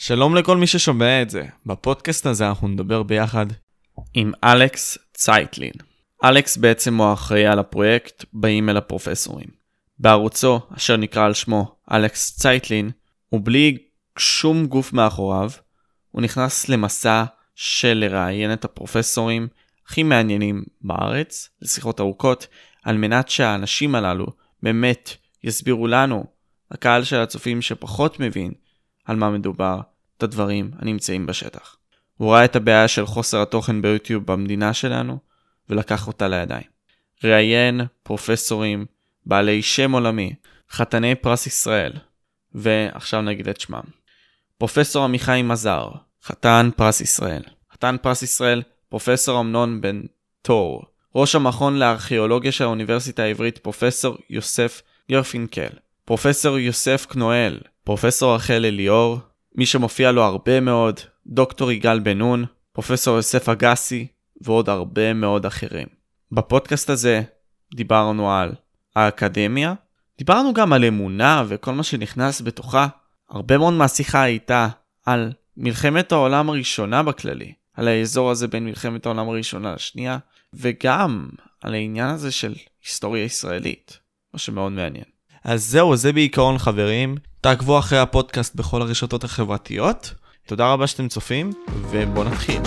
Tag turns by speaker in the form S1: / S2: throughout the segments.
S1: שלום לכל מי ששומע את זה. בפודקאסט הזה אנחנו נדבר ביחד עם אלכס צייטלין. אלכס בעצם הוא האחראי על הפרויקט באים אל הפרופסורים. בערוצו, אשר נקרא על שמו אלכס צייטלין, ובלי שום גוף מאחוריו, הוא נכנס למסע של לראיין את הפרופסורים הכי מעניינים בארץ, לשיחות ארוכות, על מנת שהאנשים הללו באמת יסבירו לנו, הקהל של הצופים שפחות מבין על מה מדובר, את הדברים הנמצאים בשטח. הוא ראה את הבעיה של חוסר התוכן ביוטיוב במדינה שלנו, ולקח אותה לידיים. ראיין פרופסורים, בעלי שם עולמי, חתני פרס ישראל, ועכשיו נגיד את שמם. פרופסור עמיחי מזר, חתן פרס ישראל. חתן פרס ישראל, פרופסור אמנון בן תור. ראש המכון לארכיאולוגיה של האוניברסיטה העברית, פרופסור יוסף ירפינקל. פרופסור יוסף קנואל, פרופסור רחל אליאור, מי שמופיע לו הרבה מאוד, דוקטור יגאל בן נון, פרופסור יוסף אגסי, ועוד הרבה מאוד אחרים. בפודקאסט הזה דיברנו על האקדמיה, דיברנו גם על אמונה וכל מה שנכנס בתוכה. הרבה מאוד מהשיחה הייתה על מלחמת העולם הראשונה בכללי, על האזור הזה בין מלחמת העולם הראשונה לשנייה, וגם על העניין הזה של היסטוריה ישראלית, מה שמאוד מעניין. אז זהו, זה בעיקרון חברים. תעקבו אחרי הפודקאסט בכל הרשתות החברתיות. תודה רבה שאתם צופים, ובואו נתחיל.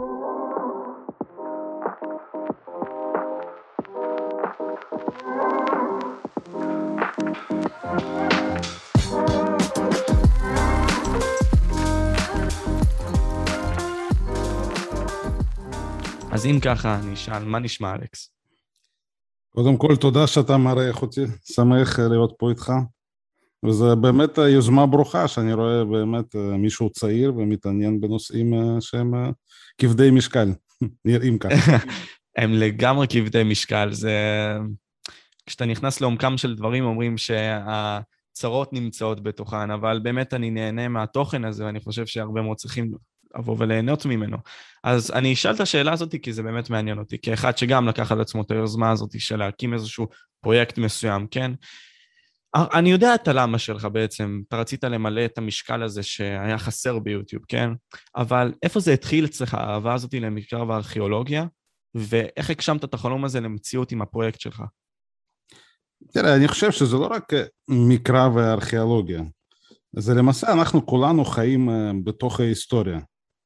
S1: אז אם ככה, אני אשאל, מה נשמע אלכס?
S2: קודם כל, תודה שאתה מארח אותי, שמח להיות פה איתך, וזה באמת יוזמה ברוכה, שאני רואה באמת מישהו צעיר ומתעניין בנושאים שהם כבדי משקל, נראים ככה.
S1: הם לגמרי כבדי משקל, כשאתה נכנס לעומקם של דברים, אומרים שהצרות נמצאות בתוכן, אבל באמת אני נהנה מהתוכן הזה, ואני חושב שהרבה מאוד צריכים לבוא וליהנות ממנו. אז אני אשאל את השאלה הזאת, כי זה באמת מעניין אותי, כאחד שגם לקח על עצמו את היוזמה הזאת של להקים איזשהו פרויקט מסוים, כן? אני יודע את הלמה שלך בעצם, אתה רצית למלא את המשקל הזה שהיה חסר ביוטיוב, כן? אבל איפה זה התחיל אצלך, האהבה הזאת למקרא וארכיאולוגיה, ואיך הגשמת את החלום הזה למציאות עם הפרויקט שלך?
S2: תראה, אני חושב שזה לא רק מקרא וארכיאולוגיה, זה למעשה אנחנו כולנו חיים בתוך ההיסטוריה.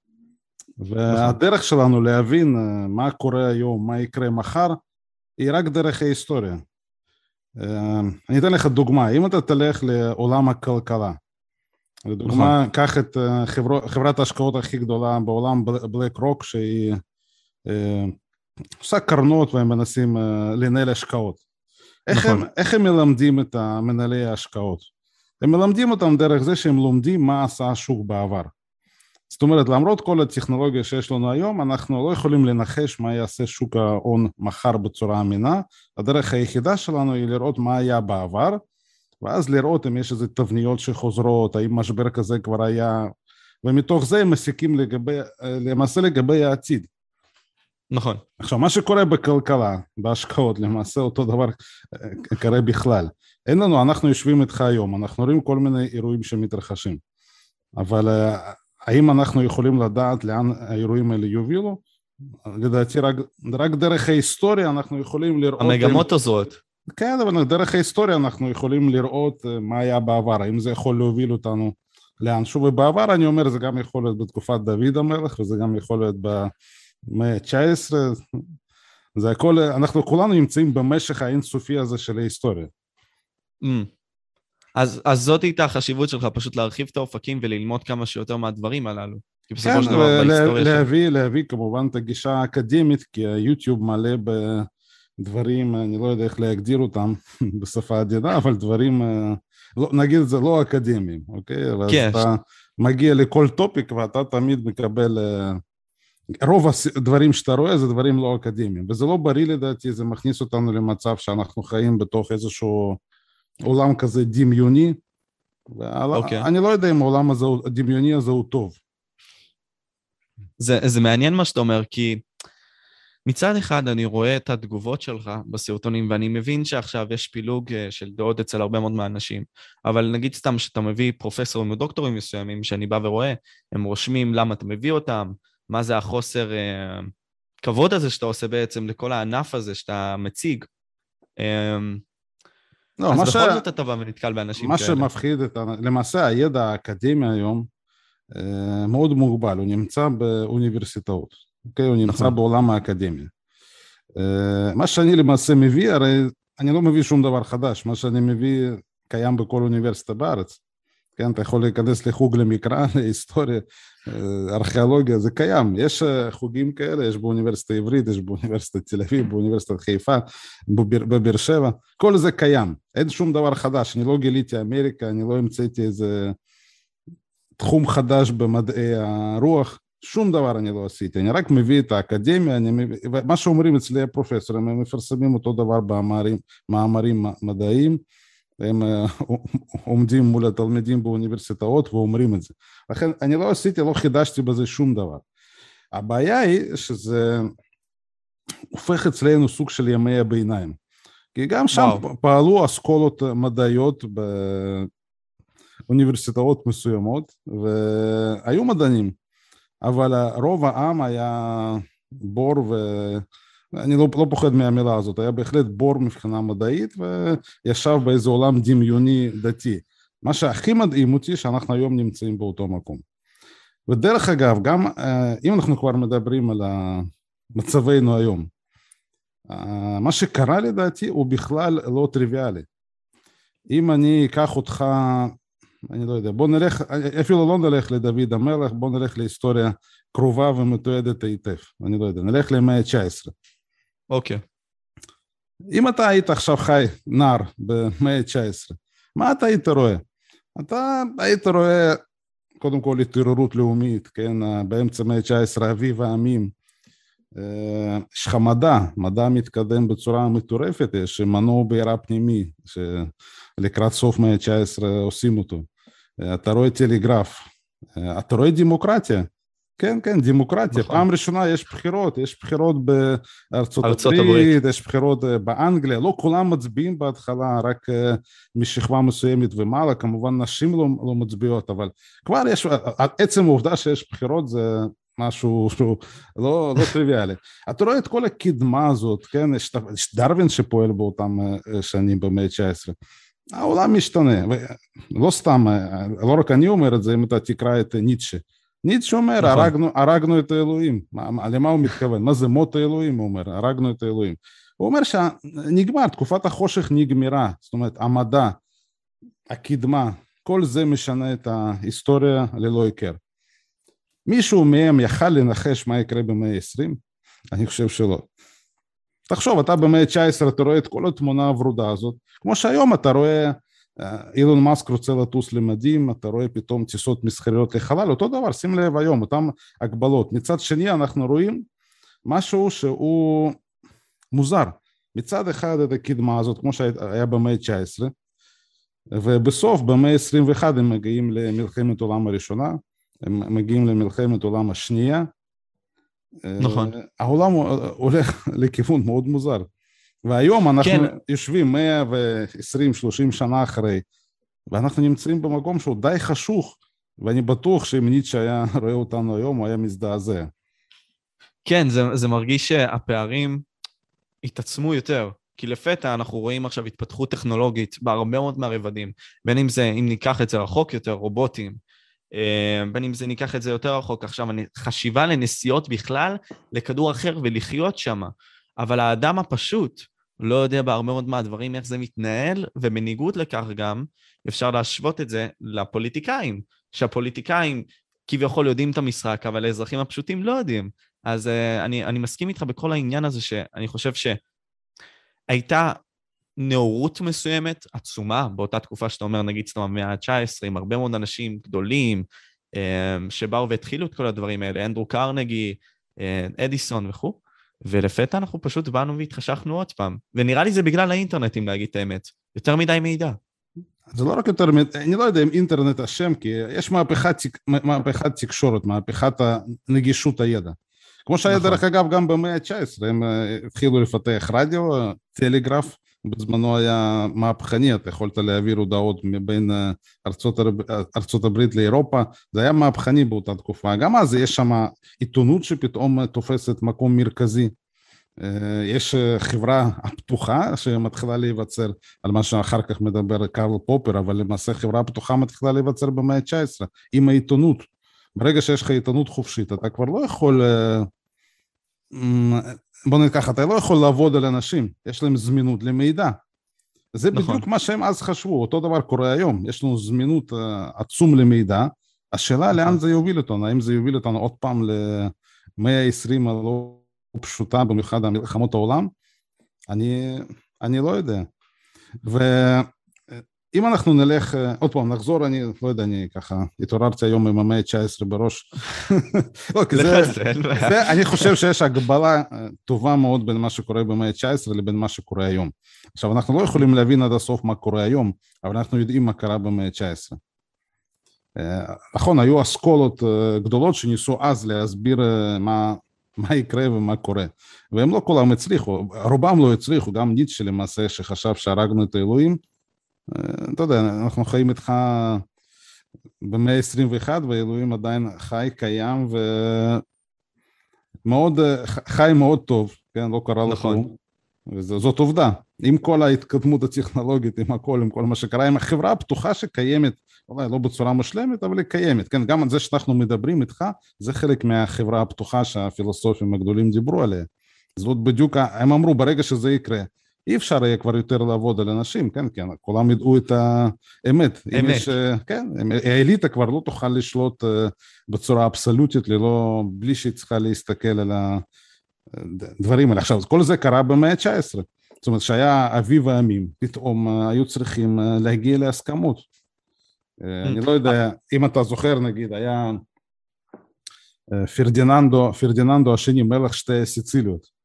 S2: והדרך שלנו להבין מה קורה היום, מה יקרה מחר, היא רק דרך ההיסטוריה. אני אתן לך דוגמה, אם אתה תלך לעולם הכלכלה, לדוגמה, קח את חברת ההשקעות הכי גדולה בעולם, בלק רוק, שהיא עושה קרנות והם מנסים לנהל השקעות. איך הם מלמדים את מנהלי ההשקעות? הם מלמדים אותם דרך זה שהם לומדים מה עשה השוק בעבר. זאת אומרת, למרות כל הטכנולוגיה שיש לנו היום, אנחנו לא יכולים לנחש מה יעשה שוק ההון מחר בצורה אמינה. הדרך היחידה שלנו היא לראות מה היה בעבר, ואז לראות אם יש איזה תבניות שחוזרות, האם משבר כזה כבר היה, ומתוך זה הם מסיקים למעשה לגבי העתיד.
S1: נכון.
S2: עכשיו, מה שקורה בכלכלה, בהשקעות, למעשה אותו דבר קורה בכלל. אנחנו יושבים איתך היום, אנחנו רואים כל מיני אירועים שמתרחשים, אבל האם אנחנו יכולים לדעת לאן האירועים האלה יובילו? לדעתי רק דרך ההיסטוריה אנחנו יכולים לראות...
S1: המגמות עוזרות.
S2: כן, אבל דרך ההיסטוריה אנחנו יכולים לראות מה היה בעבר, האם זה יכול להוביל אותנו לאן. שוב, ובעבר אני אומר, זה גם יכול להיות בתקופת דוד המלך, וזה גם יכול להיות במאה ה-19, זה הכל, אנחנו כולנו נמצאים במשך האינסופי הזה של ההיסטוריה.
S1: אז זאת הייתה החשיבות שלך, פשוט להרחיב את האופקים וללמוד כמה שיותר מהדברים הללו.
S2: כן, להביא כמובן את הגישה האקדמית, כי היוטיוב מלא בדברים, אני לא יודע איך להגדיר אותם בשפה עדינה, אבל דברים, נגיד את זה לא אקדמיים, אוקיי? אז אתה מגיע לכל טופיק ואתה תמיד מקבל, רוב הדברים שאתה רואה זה דברים לא אקדמיים, וזה לא בריא לדעתי, זה מכניס אותנו למצב שאנחנו חיים בתוך איזשהו עולם כזה דמיוני, אני לא יודע אם העולם הדמיוני הזה הוא טוב.
S1: זה מעניין מה שאתה אומר, כי מצד אחד אני רואה את התגובות שלך בסרטונים, ואני מבין שעכשיו יש פילוג של דעות אצל הרבה מאוד מהאנשים, אבל נגיד סתם שאתה מביא פרופסורים ודוקטורים מסוימים, שאני בא ורואה, הם רושמים למה אתה מביא אותם, מה זה החוסר כבוד הזה שאתה עושה בעצם לכל הענף הזה שאתה מציג.
S2: לא,
S1: אז בכל זאת אתה בא ונתקל באנשים
S2: מה
S1: כאלה.
S2: שמפחיד, למעשה הידע האקדמי היום מאוד מוגבל, הוא נמצא באוניברסיטאות, אוקיי? הוא נמצא בעולם האקדמיה. מה שאני למעשה מביא, הרי אני לא מביא שום דבר חדש, מה שאני מביא קיים בכל אוניברסיטה בארץ, כן? אתה יכול להיכנס לחוג למקרא, להיסטוריה, ארכיאולוגיה, זה קיים, יש חוגים כאלה, יש באוניברסיטה העברית, יש באוניברסיטת תל אביב, באוניברסיטת חיפה, בבאר שבע, כל זה קיים, אין שום דבר חדש, אני לא גיליתי אמריקה, אני לא המצאתי איזה תחום חדש במדעי הרוח, שום דבר אני לא עשיתי, אני רק מביא את האקדמיה, מה שאומרים אצלי הפרופסורים, הם מפרסמים אותו דבר במאמרים מדעיים, הם עומדים מול התלמידים באוניברסיטאות ואומרים את זה. לכן אני לא עשיתי, לא חידשתי בזה שום דבר. הבעיה היא שזה הופך אצלנו סוג של ימי הביניים. כי גם שם פעלו אסכולות מדעיות באוניברסיטאות מסוימות, והיו מדענים, אבל רוב העם היה בור אני לא פוחד מהמילה הזאת, היה בהחלט בור מבחינה מדעית, וישב באיזה עולם דמיוני דתי. מה שהכי מדהים אותי, שאנחנו היום נמצאים באותו מקום. ודרך אגב, גם אם אנחנו כבר מדברים על מצבנו היום, מה שקרה לדעתי הוא בכלל לא טריוויאלי. אם אני אקח אותך, אני לא יודע, בוא נלך, אפילו לא נלך לדוד המלך, בוא נלך להיסטוריה קרובה ומתועדת היטב, אני לא יודע, נלך למאה ה-19.
S1: אוקיי.
S2: אם אתה היית עכשיו חי נער במאה ה-19, מה אתה היית רואה? אתה היית רואה קודם כל התעוררות לאומית, כן, באמצע מאה ה-19 אביב העמים, יש לך מדע מתקדם בצורה מטורפת, יש מנוע בעירה פנימי, שלקראת סוף מאה ה-19 עושים אותו, אתה רואה טלגרף, אתה רואה דמוקרטיה, כן, כן, דמוקרטיה, נכון. פעם ראשונה יש בחירות בארצות הברית, יש בחירות באנגליה, לא כולם מצביעים בהתחלה, רק משכבה מסוימת ומעלה, כמובן נשים לא מצביעות, אבל כבר יש, עצם העובדה שיש בחירות זה משהו שהוא לא טריוויאלי. אתה רואה את כל הקדמה הזאת, כן, יש דרווין שפועל באותם שנים במאה ה-19, העולם משתנה, לא סתם, לא רק אני אומר את זה, אם אתה תקרא את ניטשה, ניטשה אומר, הרגנו את האלוהים, למה הוא מתכוון? מה זה מות האלוהים? הוא אומר, הרגנו את האלוהים. הוא אומר שנגמר, תקופת החושך נגמרה, זאת אומרת, המדע, הקדמה, כל זה משנה את ההיסטוריה ללא היכר. מישהו מהם יכל לנחש מה יקרה במאה ה-20? אני חושב שלא. תחשוב, אתה במאה ה-19, אתה רואה את כל התמונה הוורודה הזאת, כמו שהיום אתה רואה, אילון מאסק רוצה לטוס למדים, אתה רואה פתאום טיסות מסחריות לחלל, אותו דבר, שים לב היום, אותם הגבלות. מצד שני אנחנו רואים משהו שהוא מוזר. מצד אחד את הקדמה הזאת, כמו שהיה במאה ה-19, ובסוף במאה ה-21 הם מגיעים למלחמת העולם הראשונה, הם מגיעים למלחמת העולם השנייה.
S1: נכון.
S2: העולם הולך לכיוון מאוד מוזר. והיום אנחנו יושבים 120-30 שנה אחרי, ואנחנו נמצאים במקום שהוא די חשוך, ואני בטוח שאם ניטשה היה רואה אותנו היום, הוא היה מזדעזע.
S1: כן, זה מרגיש שהפערים התעצמו יותר, כי לפתע אנחנו רואים עכשיו התפתחות טכנולוגית בהרבה מאוד מהרבדים, בין אם זה, אם ניקח את זה רחוק יותר, רובוטים, בין אם זה ניקח את זה יותר רחוק, עכשיו חשיבה לנסיעות בכלל, לכדור אחר ולחיות שם, אבל האדם הפשוט לא יודע בהרבה מאוד מהדברים איך זה מתנהל, ובניגוד לכך גם אפשר להשוות את זה לפוליטיקאים, שהפוליטיקאים כביכול יודעים את המשחק, אבל האזרחים הפשוטים לא יודעים. אז אני מסכים איתך בכל העניין הזה, שאני חושב שהייתה נאורות מסוימת, עצומה, באותה תקופה שאתה אומר, נגיד סתם המאה ה-19, עם הרבה מאוד אנשים גדולים, שבאו והתחילו את כל הדברים האלה, אנדרו קרנגי, אדיסון וכו', ולפתע אנחנו פשוט באנו והתחשכנו עוד פעם, ונראה לי זה בגלל האינטרנט, אם להגיד את האמת, יותר מדי מידע.
S2: זה לא רק יותר מדי, אני לא יודע אם אינטרנט אשם, כי יש מהפכת תקשורת, מהפכת נגישות הידע. כמו שהיה דרך אגב גם במאה ה-19, הם התחילו לפתח רדיו, טלגרף, בזמנו היה מהפכני, אתה יכולת להעביר הודעות מבין ארצות הברית לאירופה, זה היה מהפכני באותה תקופה, גם אז יש שם עיתונות שפתאום תופסת מקום מרכזי, יש חברה הפתוחה שמתחילה להיווצר, על מה שאחר כך מדבר קרל פופר, אבל למעשה חברה הפתוחה מתחילה להיווצר במאה ה-19, עם העיתונות, ברגע שיש לך עיתונות חופשית, אתה כבר לא יכול, בוא נגיד ככה, אתה לא יכול לעבוד על אנשים, יש להם זמינות למידע, זה נכון. בדיוק מה שהם אז חשבו, אותו דבר קורה היום, יש לנו זמינות עצום למידע, השאלה נכון. לאן זה יוביל אותנו, האם זה יוביל אותנו עוד פעם למאה ה-20 הלא פשוטה, במיוחד המלחמות העולם, אני לא יודע, אם אנחנו נלך, עוד פעם, נחזור, אני לא יודע, אני ככה התעוררתי היום עם המאה ה-19 בראש. לא, כי זה, אני חושב שיש הגבלה טובה מאוד בין מה שקורה במאה ה-19 לבין מה שקורה היום. עכשיו, אנחנו לא יכולים להבין עד הסוף מה קורה היום, אבל אנחנו יודעים מה קרה במאה ה-19. נכון, היו אסכולות גדולות שניסו אז להסביר מה יקרה ומה קורה. והם לא כולם הצליחו, רובם לא הצליחו, גם ניטשה למעשה שחשב שהרגנו את האלוהים, אתה יודע, אנחנו חיים איתך במאה ה-21 והאלוהים עדיין חי, קיים ומאוד, חי מאוד טוב, כן, לא קרה
S1: נכון.
S2: לכלום, וזאת עובדה, עם כל ההתקדמות הטכנולוגית, עם הכל, עם כל מה שקרה, עם החברה הפתוחה שקיימת, אולי לא בצורה מושלמת, אבל היא קיימת, כן, גם על זה שאנחנו מדברים איתך, זה חלק מהחברה הפתוחה שהפילוסופים הגדולים דיברו עליה, זאת בדיוק, הם אמרו ברגע שזה יקרה, אי אפשר יהיה כבר יותר לעבוד על אנשים, כן, כן, כולם ידעו את האמת.
S1: אמת.
S2: כן, האליטה כבר לא תוכל לשלוט בצורה אבסולוטית, בלי שהיא צריכה להסתכל על הדברים האלה. עכשיו, כל זה קרה במאה ה-19, זאת אומרת שהיה אביב העמים, פתאום היו צריכים להגיע להסכמות. אני לא יודע, אם אתה זוכר, נגיד, היה פרדיננדו השני, מלך שתי סיציליות,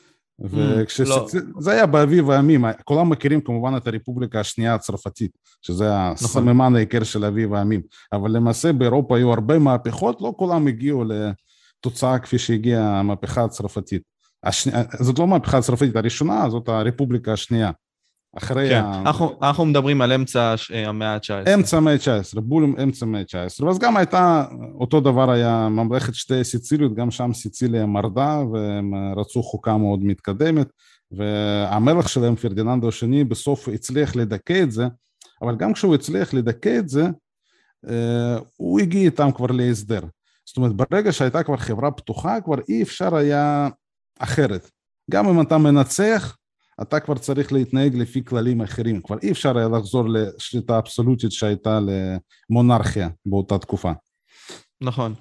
S2: זה היה באביב העמים, כולם מכירים כמובן את הרפובליקה השנייה הצרפתית, שזה הסממן העיקר של אביב העמים, אבל למעשה באירופה היו הרבה מהפכות, לא כולם הגיעו לתוצאה כפי שהגיעה המהפכה הצרפתית, זאת לא מהפכה הצרפתית הראשונה, זאת הרפובליקה השנייה, אחרי
S1: כן, אנחנו מדברים על אמצע המאה ה-19.
S2: אמצע המאה ה-19, בול אמצע המאה ה-19, ואז גם הייתה, אותו דבר היה ממלכת שתי סיציליות, גם שם סיציליה מרדה, והם רצו חוקה מאוד מתקדמת, והמלך שלהם, פרדיננדו השני, בסוף הצליח לדכא את זה, אבל גם כשהוא הצליח לדכא את זה, הוא הגיע איתם כבר להסדר. זאת אומרת, ברגע שהייתה כבר חברה פתוחה, כבר אי אפשר היה אחרת. גם אם אתה מנצח, אתה כבר צריך להתנהג לפי כללים אחרים, כבר אי אפשר היה לחזור לשליטה אבסולוטית שהייתה למונרכיה באותה תקופה.
S1: נכון.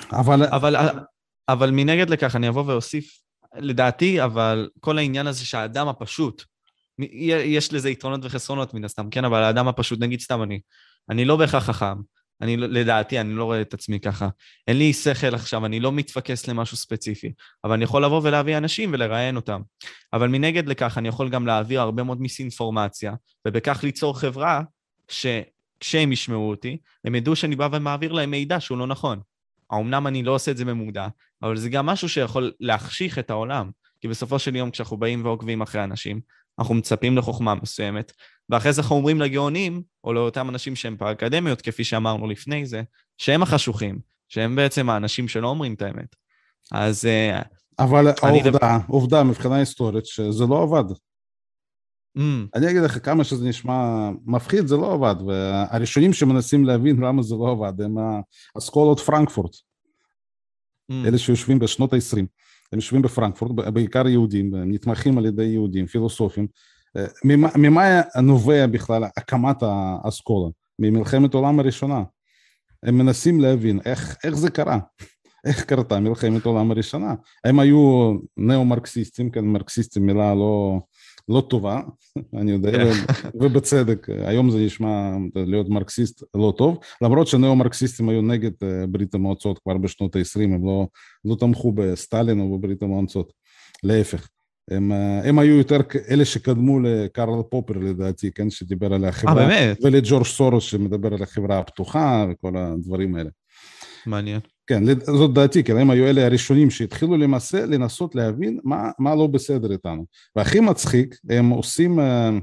S1: אבל מנגד לכך אני אבוא ואוסיף, לדעתי, אבל כל העניין הזה שהאדם הפשוט, יש לזה יתרונות וחסרונות מן הסתם, כן, אבל האדם הפשוט, נגיד סתם אני לא בהכרח חכם, לדעתי, אני לא רואה את עצמי ככה, אין לי שכל עכשיו, אני לא מתפקס למשהו ספציפי, אבל אני יכול לבוא ולהביא אנשים ולראיין אותם, אבל מנגד לכך אני יכול גם להעביר הרבה מאוד מיסאינפורמציה, ובכך ליצור חברה שכשהם ישמעו אותי, הם ידעו שאני בא ומעביר להם מידע שהוא לא נכון, האמנם אני לא עושה את זה במודע, אבל זה גם משהו שיכול להחשיך את העולם, כי בסופו של יום כשאנחנו באים ועוקבים אחרי אנשים, אנחנו מצפים לחוכמה מסוימת, ואחרי זה אנחנו אומרים לגאונים, או לאותם אנשים שהם באקדמיות, כפי שאמרנו לפני זה, שהם החשוכים, שהם בעצם האנשים שלא אומרים את האמת. אז...
S2: אבל העובדה מבחינה היסטורית, שזה לא עבד. אני אגיד לך כמה שזה נשמע מפחיד, זה לא עבד, והראשונים שמנסים להבין למה זה לא עבד, הם אסכולות פרנקפורט, אלה שיושבים בשנות ה-20, הם יושבים בפרנקפורט, בעיקר יהודים, נתמכים על ידי יהודים, פילוסופים, ממה נובע בכלל הקמת האסכולה? ממלחמת העולם הראשונה. הם מנסים להבין איך זה קרה, איך קרתה מלחמת העולם הראשונה. הם היו נאו-מרקסיסטים, כן, מרקסיסטים מילה לא טובה, אני יודע, ובצדק, היום זה נשמע להיות מרקסיסט לא טוב, למרות שנאו-מרקסיסטים היו נגד ברית המועצות כבר בשנות ה-20, הם לא תמכו בסטלין או בברית המועצות, להפך. הם היו יותר אלה שקדמו לקרל פופר לדעתי, כן, שדיבר על החברה, ולג'ורג' סורוס שמדבר על החברה הפתוחה וכל הדברים האלה.
S1: מעניין.
S2: כן, זאת דעתי, כי הם היו אלה הראשונים שהתחילו למעשה לנסות להבין מה לא בסדר איתנו. והכי מצחיק, הם עושים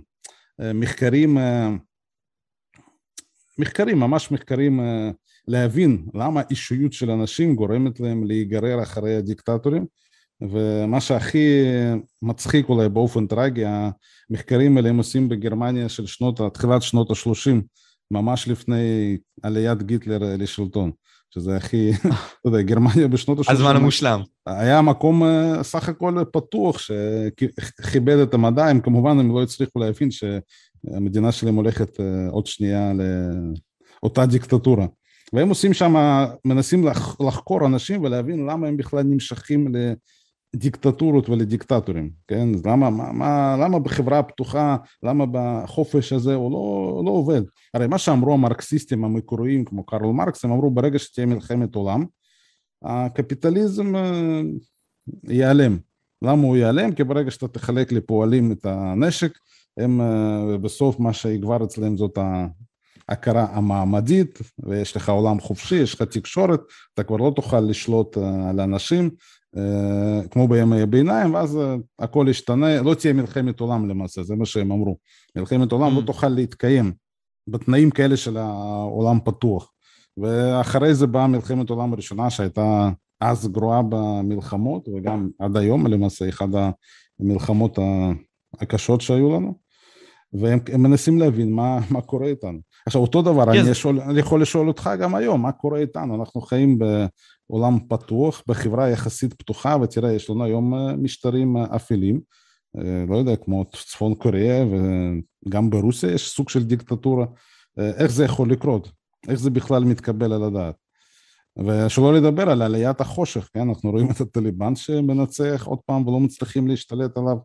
S2: מחקרים, ממש מחקרים, להבין למה אישיות של אנשים גורמת להם להיגרר אחרי הדיקטטורים, ומה שהכי מצחיק אולי באופן טרגי, המחקרים האלה הם עושים בגרמניה של תחילת שנות ה-30, ממש לפני עליית גיטלר לשלטון, שזה הכי, אתה יודע, גרמניה בשנות ה-30.
S1: הזמן המושלם.
S2: היה מקום סך הכל פתוח שכיבד את המדע, הם כמובן הם לא הצליחו להבין שהמדינה שלהם הולכת עוד שנייה לאותה דיקטטורה. והם עושים שם, מנסים לחקור אנשים ולהבין למה הם בכלל נמשכים לדיקטטורות ולדיקטטורים, כן? למה בחברה הפתוחה, למה בחופש הזה הוא לא עובד? הרי מה שאמרו המרקסיסטים המקוריים כמו קרל מרקס, הם אמרו ברגע שתהיה מלחמת עולם, הקפיטליזם ייעלם. למה הוא ייעלם? כי ברגע שאתה תחלק לפועלים את הנשק, הם בסוף מה שיגבר אצלם זאת ההכרה המעמדית, ויש לך עולם חופשי, יש לך תקשורת, אתה כבר לא תוכל לשלוט על אנשים, כמו בימי הביניים, ואז הכל ישתנה, לא תהיה מלחמת עולם למעשה, זה מה שהם אמרו. מלחמת עולם לא תוכל להתקיים בתנאים כאלה של העולם פתוח. ואחרי זה באה מלחמת עולם הראשונה, שהייתה אז גרועה במלחמות, וגם עד היום למעשה, אחד המלחמות הקשות שהיו לנו, והם מנסים להבין מה קורה איתנו. עכשיו, אותו דבר, אני יכול לשאול אותך גם היום, מה קורה איתנו? אנחנו חיים בעולם פתוח, בחברה יחסית פתוחה, ותראה, יש לנו היום משטרים אפלים, לא יודע, כמו צפון קוריאה, וגם ברוסיה יש סוג של דיקטטורה. איך זה יכול לקרות? איך זה בכלל מתקבל על הדעת? ושלא לדבר על עליית החושך, כן? אנחנו רואים את הטליבן שמנצח עוד פעם ולא מצליחים להשתלט עליו,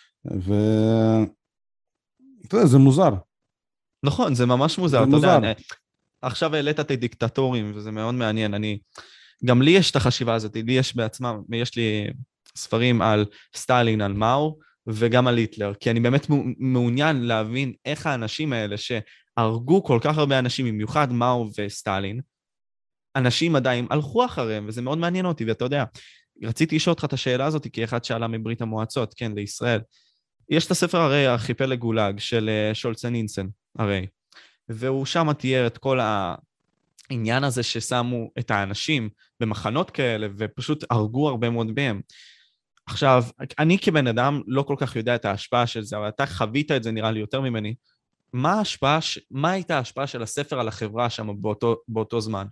S2: אתה יודע, זה מוזר.
S1: נכון, זה ממש מוזר. אתה יודע, עכשיו העלית את הדיקטטורים, וזה מאוד מעניין. גם לי יש את החשיבה הזאת, לי יש בעצמם, יש לי ספרים על סטלין, על מאו, וגם על היטלר, כי אני באמת מעוניין להבין איך האנשים האלה שהרגו כל כך הרבה אנשים, במיוחד מאו וסטלין, אנשים עדיין הלכו אחריהם, וזה מאוד מעניין אותי, ואתה יודע, רציתי לשאול אותך את השאלה הזאת, כי אחד שאלה מברית המועצות, כן, לישראל. יש את הספר הרי ארכיפלג גולאג של שולצנינסן, הרי, והוא שם תיאר את כל העניין הזה ששמו את האנשים במחנות כאלה, ופשוט הרגו הרבה מאוד מהם. עכשיו, אני כבן אדם לא כל כך יודע את ההשפעה של זה, אבל אתה חווית את זה נראה לי יותר ממני. מה הייתה ההשפעה של הספר על החברה שם באותו זמן?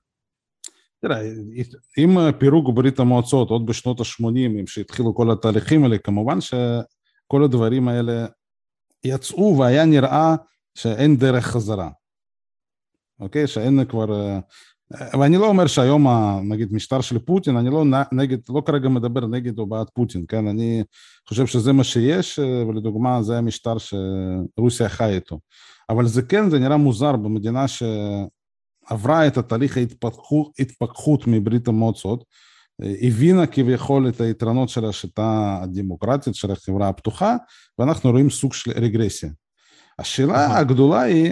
S2: תראה, עם פירוק ברית המועצות, עוד בשנות ה-80, שהתחילו כל התהליכים האלה, כמובן שכל הדברים האלה יצאו והיה נראה שאין דרך חזרה. אוקיי? שאין כבר... ואני לא אומר שהיום, נגיד, משטר של פוטין, אני לא כרגע מדבר נגד או בעד פוטין, כן? אני חושב שזה מה שיש, ולדוגמה, זה המשטר שרוסיה חי איתו. אבל זה כן, זה נראה מוזר במדינה שעברה את התהליך ההתפכחות מברית המועצות, הבינה כביכול את היתרונות של השיטה הדמוקרטית, של החברה הפתוחה, ואנחנו רואים סוג של רגרסיה. השאלה הגדולה היא,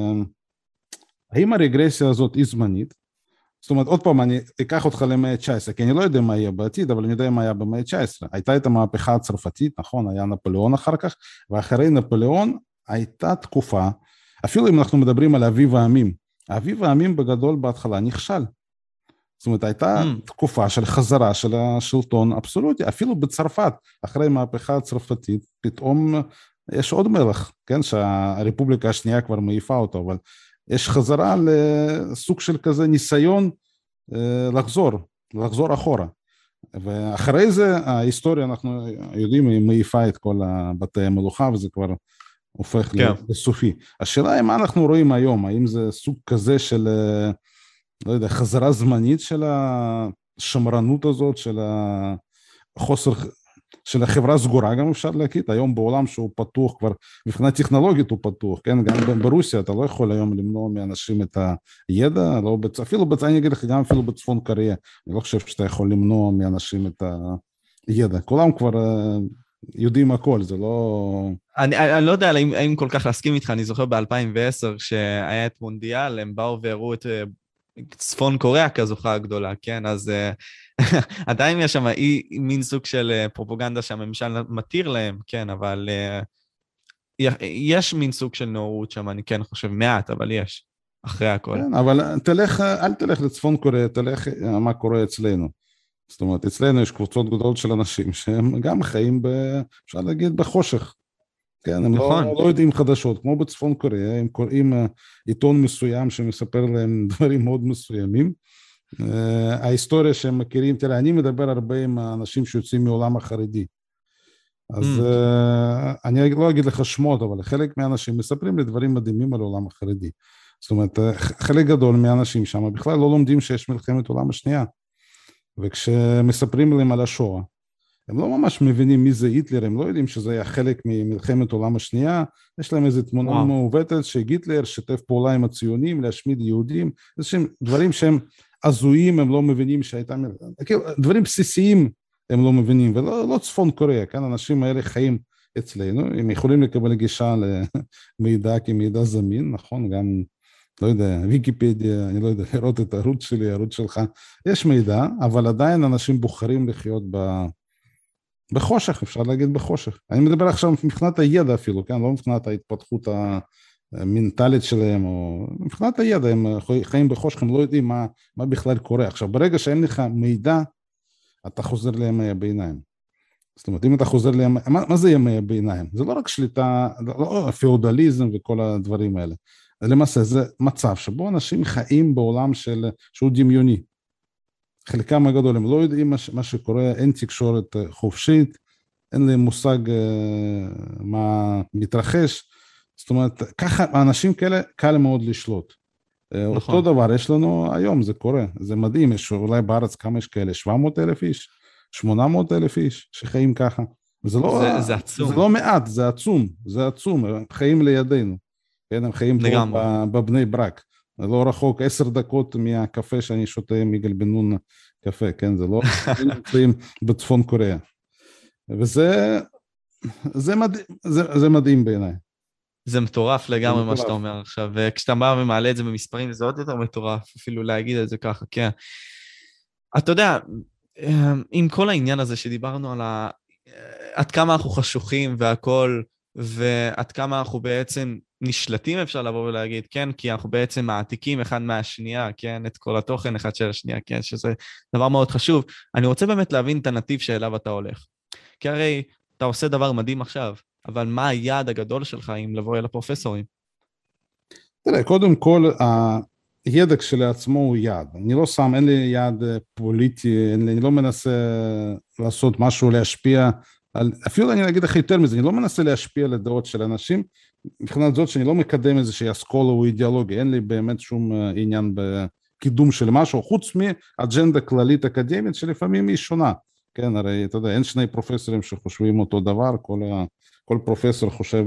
S2: האם הרגרסיה הזאת היא זמנית? זאת אומרת, עוד פעם, אני אקח אותך למאה ה-19, כי אני לא יודע מה יהיה בעתיד, אבל אני יודע מה היה במאה ה-19. הייתה את המהפכה הצרפתית, נכון, היה נפוליאון אחר כך, ואחרי נפוליאון הייתה תקופה, אפילו אם אנחנו מדברים על אביב העמים, אביב העמים בגדול בהתחלה נכשל. זאת אומרת, הייתה תקופה של חזרה של השלטון אבסולוטי, אפילו בצרפת, אחרי מהפכה הצרפתית, פתאום יש עוד מלך, כן, שהרפובליקה השנייה כבר מעיפה אותו, אבל יש חזרה לסוג של כזה ניסיון לחזור אחורה. ואחרי זה ההיסטוריה, אנחנו יודעים, היא מעיפה את כל בתי המלוכה, וזה כבר הופך לסופי. השאלה היא מה אנחנו רואים היום, האם זה סוג כזה של, לא יודע, חזרה זמנית של השמרנות הזאת, של החוסר... של החברה סגורה גם אפשר להגיד, היום בעולם שהוא פתוח כבר, מבחינה טכנולוגית הוא פתוח, כן? גם ברוסיה אתה לא יכול היום למנוע מאנשים את הידע, לא, אני אגיד לך, גם אפילו בצפון קוריאה, אני לא חושב שאתה יכול למנוע מאנשים את הידע, כולם כבר יודעים הכל, זה לא...
S1: אני לא יודע האם כל כך להסכים איתך, אני זוכר ב-2010, שהיה את מונדיאל, הם באו והראו את צפון קוריאה כזוכה הגדולה, כן? אז עדיין יש שם מין סוג של פרופוגנדה שהממשל מתיר להם, כן, אבל יש מין סוג של נאורות שם, אני כן חושב מעט, אבל יש, אחרי הכל.
S2: כן, אבל אל תלך לצפון קוריאה, תלך מה קורה אצלנו. זאת אומרת, אצלנו יש קבוצות גדולות של אנשים שהם גם חיים, אפשר להגיד, בחושך. כן, הם
S1: נכון.
S2: לא יודעים חדשות, כמו בצפון קוריאה, הם קוראים עיתון מסוים שמספר להם דברים מאוד מסוימים. ההיסטוריה שהם מכירים, תראה, אני מדבר הרבה עם אנשים שיוצאים מעולם החרדי. אז אני לא אגיד לך שמות, אבל חלק מהאנשים מספרים לי דברים מדהימים על העולם החרדי. זאת אומרת, חלק גדול מהאנשים שם בכלל לא לומדים שיש מלחמת עולם השנייה. וכשמספרים להם על השואה, הם לא ממש מבינים מי זה היטלר, הם לא יודעים שזה היה חלק ממלחמת עולם השנייה, יש להם איזו תמונה מעוותת שהיטלר שתף פעולה עם הציונים להשמיד יהודים, איזשהם דברים שהם הזויים, הם לא מבינים שהייתה, דברים בסיסיים הם לא מבינים, ולא צפון קוריאה, כאן האנשים האלה חיים אצלנו, הם יכולים לקבל גישה למידע כמידע זמין, נכון, גם לא יודע, ויקיפדיה, אני לא יודע, לראות את הערוץ שלי, הערוץ שלך, יש מידע, אבל עדיין אנשים בוחרים לחיות בחושך, אפשר להגיד בחושך. אני מדבר עכשיו מבחינת הידע אפילו, כן? לא מבחינת ההתפתחות המנטלית שלהם, או מבחינת הידע, הם חיים בחושך, הם לא יודעים מה בכלל קורה. עכשיו, ברגע שאין לך מידע, אתה חוזר לימי הביניים. זאת אומרת, אם אתה חוזר לימי, מה זה ימי הביניים? זה לא רק שליטה, לא פיאודליזם וכל הדברים האלה. למעשה, זה מצב שבו אנשים חיים בעולם שהוא דמיוני. חלקם הגדול, הם לא יודעים מה שקורה, אין תקשורת חופשית, אין להם מושג מה מתרחש, זאת אומרת, ככה, האנשים כאלה קל מאוד לשלוט. נכון. אותו דבר יש לנו היום, זה קורה, זה מדהים, יש אולי בארץ כמה יש כאלה, 700,000 איש, 800,000 איש שחיים ככה. זה עצום. זה לא מעט, זה עצום, הם חיים לידינו, כן, הם חיים פה בבני ברק. זה לא רחוק, 10 דקות מהקפה שאני שותה מיגל בן נון קפה, כן, זה לא נמצאים בצפון קוריאה. וזה מדהים בעיניי.
S1: זה מטורף לגמרי מה שאתה אומר עכשיו, וכשאתה בא ומעלה את זה במספרים, זה עוד יותר מטורף, אפילו להגיד את זה ככה, כן. אתה יודע, עם כל העניין הזה שדיברנו על עד כמה אנחנו חשוכים והכל, ועד כמה אנחנו בעצם נשלטים, אפשר לבוא ולהגיד, כן, כי אנחנו בעצם מעתיקים אחד מהשנייה, כן, את כל התוכן אחד של השנייה, כן, שזה דבר מאוד חשוב. אני רוצה באמת להבין את הנתיב שאליו אתה הולך. כי הרי אתה עושה דבר מדהים עכשיו, אבל מה היעד הגדול שלך אם לבוא אל הפרופסורים?
S2: תראה, קודם כל, הידע כשלעצמו הוא יעד. אני לא שם, אין לי יעד פוליטי, אני לא מנסה לעשות משהו, להשפיע אפילו אני אגיד לך יותר מזה, אני לא מנסה להשפיע על הדעות של אנשים, מבחינת זאת שאני לא מקדם איזושהי אסכולה או אידיאולוגיה, אין לי באמת שום עניין בקידום של משהו, חוץ מאג'נדה כללית אקדמית שלפעמים היא שונה, כן, הרי אתה יודע, אין שני פרופסורים שחושבים אותו דבר, כל פרופסור חושב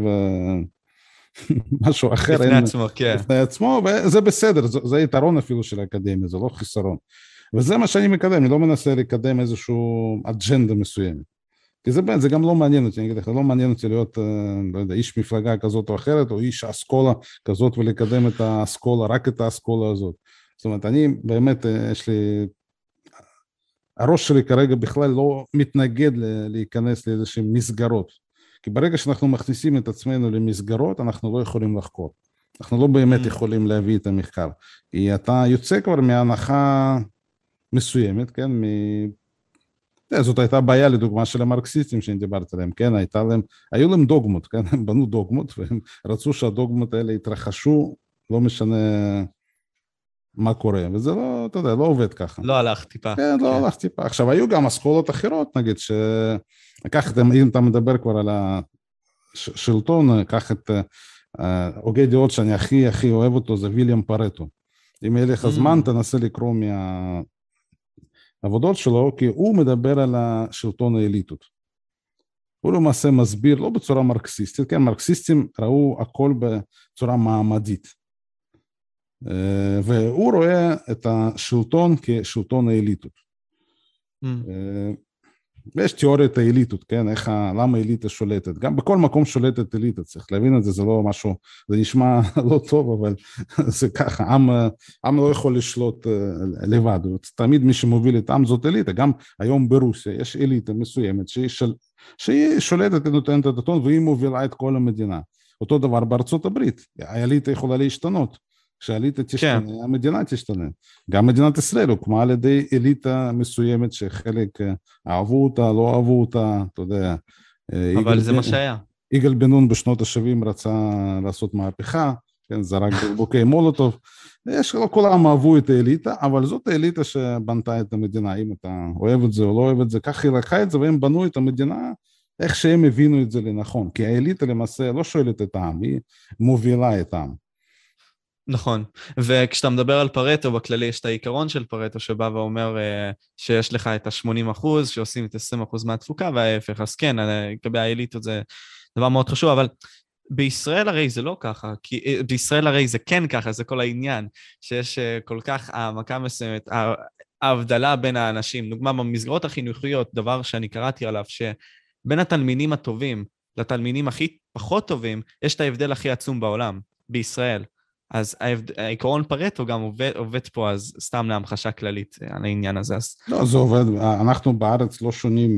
S2: משהו אחר.
S1: לפני עצמו, כן.
S2: לפני עצמו, וזה בסדר, זה היתרון אפילו של האקדמיה, זה לא חיסרון. וזה מה שאני מקדם, אני לא מנסה לקדם איזשהו אג'נדה מסוימת. כי זה גם לא מעניין אותי, אני אגיד לך, לא מעניין אותי להיות, לא יודע, איש מפלגה כזאת או אחרת, או איש אסכולה כזאת, ולקדם את האסכולה, רק את האסכולה הזאת. זאת אומרת, אני באמת, יש לי, הראש שלי כרגע בכלל לא מתנגד להיכנס לאיזושהי מסגרות. כי ברגע שאנחנו מכניסים את עצמנו למסגרות, אנחנו לא יכולים לחקור. אנחנו לא באמת יכולים להביא את המחקר. כי אתה יוצא כבר מהנחה מסוימת, כן, זאת הייתה בעיה לדוגמה של המרקסיסטים שאני דיברתי עליהם, כן, היו להם דוגמות, כן, הם בנו דוגמות, והם רצו שהדוגמות האלה יתרחשו, לא משנה מה קורה, וזה לא, אתה יודע, לא עובד ככה.
S1: לא הלך טיפה.
S2: כן, לא הלך טיפה. עכשיו, היו גם אסכולות אחרות, נגיד, אם אתה מדבר כבר על השלטון, קח את הוגה דעות שאני הכי אוהב אותו, זה ויליאם פרטו. אם יהיה לך זמן, תנסה לקרוא העבודות שלו, כי הוא מדבר על השלטון האליטות. הוא למעשה מסביר, לא בצורה מרקסיסטית, כן, מרקסיסטים ראו הכל בצורה מעמדית. והוא רואה את השלטון כשלטון האליטות. ויש תיאוריית האליטות, כן, למה האליטה שולטת, גם בכל מקום שולטת אליטה, צריך להבין את זה, זה לא משהו, זה נשמע לא טוב, אבל זה ככה, עם לא יכול לשלוט לבד, תמיד מי שמוביל את עם זאת אליטה, גם היום ברוסיה יש אליטה מסוימת, שהיא שולטת ונותנת את הטון, והיא מובילה את כל המדינה, אותו דבר בארצות הברית, האליטה יכולה להשתנות, כשהאליטה תשתנה, כן. המדינה תשתנה. גם מדינת ישראל הוקמה על ידי אליטה מסוימת שחלק אהבו אותה, לא אהבו אותה, אתה יודע.
S1: אבל זה מה שהיה.
S2: יגאל בן נון בשנות ה-70 רצה לעשות מהפכה, כן, זרק בקבוקי מולוטוב. לא כולם אהבו את האליטה, אבל זאת האליטה שבנתה את המדינה. אם אתה אוהב את זה או לא אוהב את זה, כך היא לקחה את זה, והם בנו את המדינה איך שהם הבינו את זה לנכון. כי האליטה למעשה לא שואלת את העם, היא מובילה את העם.
S1: נכון, וכשאתה מדבר על פרטו, בכללי יש את העיקרון של פרטו שבא ואומר שיש לך את ה-80% שעושים את 20% מהתפוקה וההפך, אז כן, לגבי האליטות זה דבר מאוד חשוב, אבל בישראל הרי זה לא ככה, כי בישראל הרי זה כן ככה, זה כל העניין, שיש כל כך העמקה מסוימת, ההבדלה בין האנשים, דוגמה במסגרות החינוכיות, דבר שאני קראתי עליו, שבין התלמידים הטובים לתלמידים הכי פחות טובים, יש את ההבדל הכי עצום בעולם, בישראל. אז העיקרון פרטו גם עובד פה, אז סתם להמחשה כללית על העניין הזה.
S2: לא, זה עובד, אנחנו בארץ לא שונים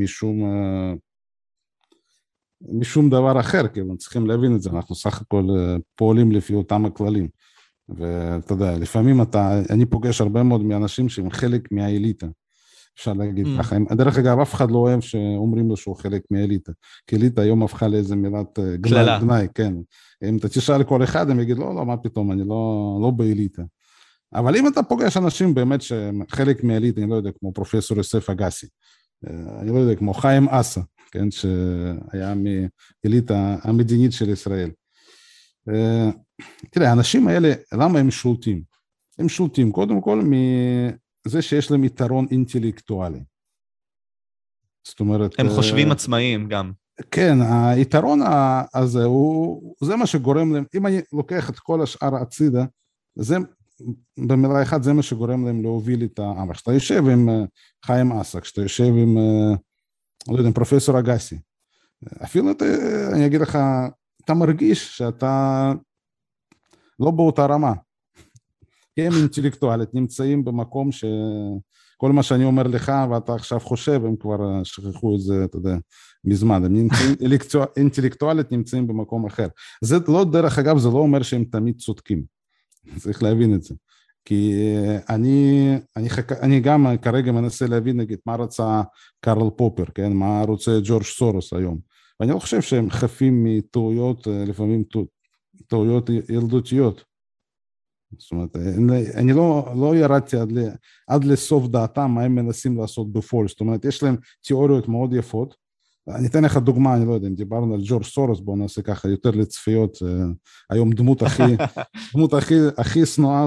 S2: משום דבר אחר, כי צריכים להבין את זה, אנחנו סך הכל פועלים לפי אותם הכללים, ואתה יודע, לפעמים אני פוגש הרבה מאוד מאנשים שהם חלק מהאליטה, אפשר להגיד ככה, דרך אגב, אף אחד לא אוהב שאומרים לו שהוא חלק מהאליטה, כי אליטה היום הפכה לאיזה מילת גנאי, כן, אם אתה תשאל כל אחד, הם יגיד, לא, מה פתאום, אני לא באליטה. אבל אם אתה פוגש אנשים באמת שחלק מהאליטה, אני לא יודע, כמו פרופסור יוסף אגסי, אני לא יודע, כמו חיים אסה, כן, שהיה מאליטה המדינית של ישראל. תראה, האנשים האלה, למה הם שולטים? הם שולטים קודם כל מזה שיש להם יתרון אינטלקטואלי. זאת אומרת...
S1: הם חושבים עצמאיים גם.
S2: כן, היתרון הזה זה מה שגורם להם, אם אני לוקח את כל השאר הצידה, זה במילה אחת זה מה שגורם להם להוביל את העם. כשאתה יושב עם חיים אסה, כשאתה יושב עם, לא יודע, עם פרופסור אגסי, אפילו אני אגיד לך, אתה מרגיש שאתה לא באותה רמה, כי הם אינטלקטואלית, נמצאים במקום שכל מה שאני אומר לך ואתה עכשיו חושב, הם כבר שכחו את זה, אתה יודע, מזמן, הם נמצאים, אינטלקטואלית נמצאים במקום אחר. זה לא, דרך אגב, זה לא אומר שהם תמיד צודקים. צריך להבין את זה. כי אני גם כרגע מנסה להבין, נגיד, מה רצה קרל פופר, כן? מה רוצה ג'ורג' סורוס היום. ואני לא חושב שהם חפים מטעויות, לפעמים טעויות ילדותיות. זאת אומרת, אני לא ירדתי עד לסוף דעתם מה הם מנסים לעשות בפועל. זאת אומרת, יש להם תיאוריות מאוד יפות. אני אתן לך דוגמה, אני לא יודע, אם דיברנו על ג'ורג' סורוס, בואו נעשה ככה יותר לצפיות, היום דמות הכי שנואה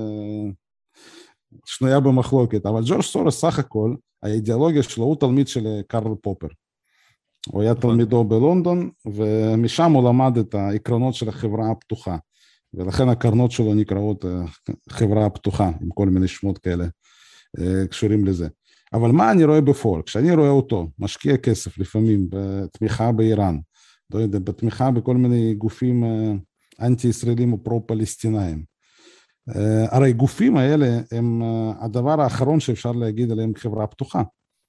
S2: ושנויה במחלוקת, אבל ג'ורג' סורוס סך הכל, האידיאולוגיה שלו הוא תלמיד של קרל פופר. הוא היה תלמידו בלונדון, ומשם הוא למד את העקרונות של החברה הפתוחה, ולכן הקרנות שלו נקראות חברה הפתוחה, עם כל מיני שמות כאלה קשורים לזה. אבל מה אני רואה בפועל? כשאני רואה אותו, משקיע כסף לפעמים בתמיכה באיראן, לא יודע, בתמיכה בכל מיני גופים אנטי-ישראלים או פרו-פלסטינאים. הרי גופים האלה הם הדבר האחרון שאפשר להגיד עליהם חברה פתוחה.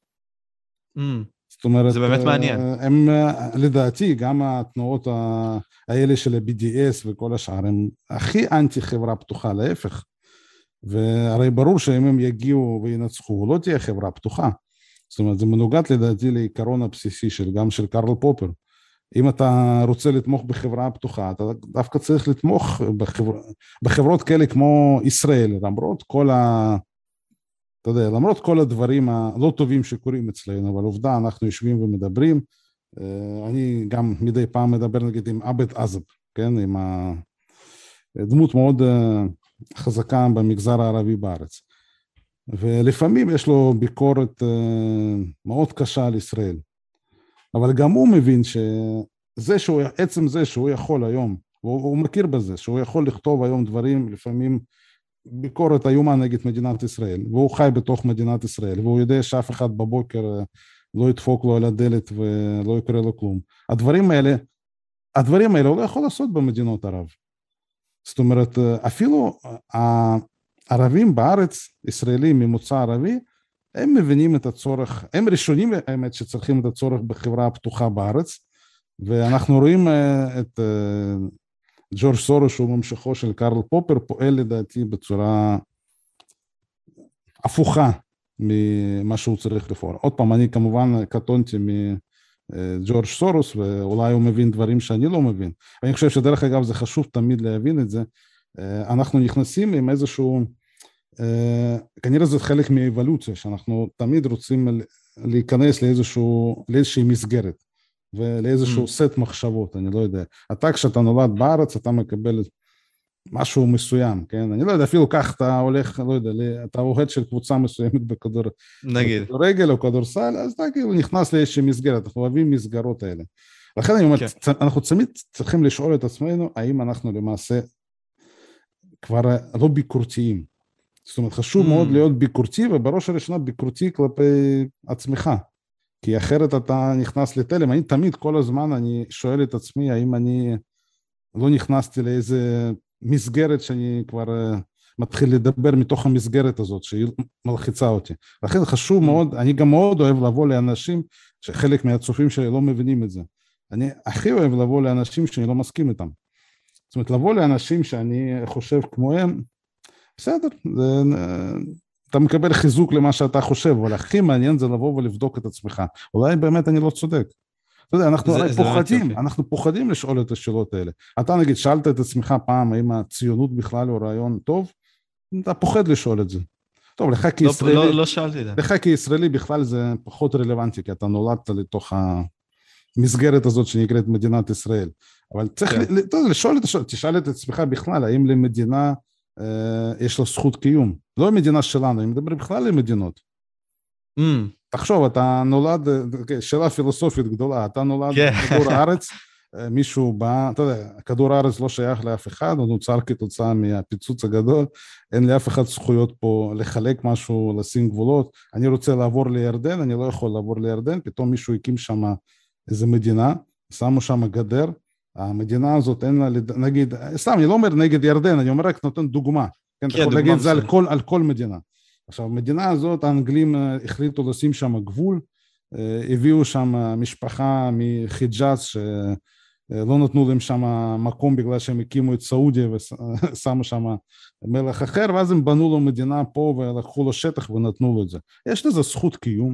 S2: זאת אומרת,
S1: זה באמת מעניין.
S2: הם, לדעתי, גם התנועות האלה של ה-BDS וכל השאר, הם הכי אנטי-חברה פתוחה, להפך. והרי ברור שאם הם יגיעו וינצחו, לא תהיה חברה פתוחה. זאת אומרת, זה מנוגד לדעתי לעיקרון הבסיסי גם של קרל פופר. אם אתה רוצה לתמוך בחברה פתוחה, אתה דווקא צריך לתמוך בחברות כאלה כמו ישראל, למרות כל הדברים הלא טובים שקורים אצלנו, אבל עובדה, אנחנו יושבים ומדברים. אני גם מדי פעם מדבר נגיד עם עבד עזב, כן, עם דמות מאוד חזקה במגזר הערבי בארץ. ולפעמים יש לו ביקורת מאוד קשה על ישראל. אבל גם הוא מבין עצם זה שהוא יכול היום, הוא מכיר בזה, שהוא יכול לכתוב היום דברים, לפעמים ביקורת איומה נגד מדינת ישראל, והוא חי בתוך מדינת ישראל, והוא יודע שאף אחד בבוקר לא ידפוק לו על הדלת ולא יקרה לו כלום. הדברים האלה הוא לא יכול לעשות במדינות ערב. זאת אומרת, אפילו הערבים בארץ, ישראלים ממוצא ערבי, הם מבינים את הצורך, הם ראשונים האמת שצריכים את הצורך בחברה הפתוחה בארץ, ואנחנו רואים את ג'ורג' סורוס, שהוא ממשיכו של קרל פופר, פועל לדעתי בצורה הפוכה ממה שהוא צריך לפעול. עוד פעם, אני כמובן קטונתי מג'ורג' סורוס, ואולי הוא מבין דברים שאני לא מבין. אני חושב שדרך אגב זה חשוב תמיד להבין את זה. אנחנו נכנסים עם איזשהו, כנראה זה חלק מהאבולוציה, שאנחנו תמיד רוצים להיכנס לאיזושהי מסגרת, ולאיזשהו סט מחשבות, אני לא יודע. אתה כשאתה נולד בארץ, אתה מקבל משהו מסוים, כן? אני לא יודע, אפילו כך אתה הולך, לא יודע, אתה אוהד של קבוצה מסוימת בכדורגל או כדורסל, אז אתה כאילו נכנס לאיזושהי מסגרת, אנחנו אוהבים מסגרות האלה. לכן אני אומר, אנחנו תמיד צריכים לשאול את עצמנו, האם אנחנו למעשה כבר לא ביקורתיים. זאת אומרת, חשוב מאוד להיות ביקורתי, ובראש הראשונה ביקורתי כלפי עצמך. כי אחרת אתה נכנס לתלם. אני תמיד, כל הזמן, אני שואל את עצמי, האם אני לא נכנסתי לאיזה מסגרת שאני כבר מתחיל לדבר מתוך המסגרת הזאת, שהיא מלחיצה אותי. לכן חשוב מאוד, אני גם מאוד אוהב לבוא לאנשים, שחלק מהצופים שלי לא מבינים את זה. אני הכי אוהב לבוא לאנשים שאני לא מסכים איתם. זאת אומרת, לבוא לאנשים שאני חושב כמוהם, בסדר, אתה מקבל חיזוק למה שאתה חושב, אבל הכי מעניין זה לבוא ולבדוק את עצמך. אולי באמת אני לא צודק. אתה יודע, אנחנו פוחדים לשאול את השאלות האלה. אתה נגיד, שאלת את עצמך פעם, האם הציונות בכלל הוא רעיון טוב? אתה פוחד לשאול את זה. טוב, לך כישראלי,
S1: לא שאלתי את זה.
S2: לך כישראלי בכלל זה פחות רלוונטי, כי אתה נולדת לתוך המסגרת הזאת שנקראת מדינת ישראל. אבל צריך לשאול את השאלות, תשאל את עצמך בכלל, האם למדינה יש לו זכות קיום. לא מדינה שלנו, אני מדבר בכלל למדינות. תחשוב, אתה נולד, שאלה פילוסופית גדולה, אתה נולד בכדור הארץ, מישהו בא, אתה יודע, כדור הארץ לא שייך לאף אחד, הוא נוצר כתוצאה מהפיצוץ הגדול, אין לאף אחד זכויות פה לחלק משהו, לשים גבולות, אני רוצה לעבור לירדן, אני לא יכול לעבור לירדן, פתאום מישהו הקים שם איזה מדינה, שמו שם גדר, המדינה הזאת אין לה, נגיד, סתם, אני לא אומר נגד ירדן, אני אומר רק נותן דוגמה, כן, אתה יכול להגיד זה על כל מדינה. עכשיו, המדינה הזאת, האנגלים החליטו לשים שם גבול, הביאו שם משפחה מחיג'אז, שלא נתנו להם שם מקום בגלל שהם הקימו את סעודיה, ושמו שם מלך אחר, ואז הם בנו לו מדינה פה, ולקחו לו שטח ונתנו לו את זה. יש לזה זכות קיום.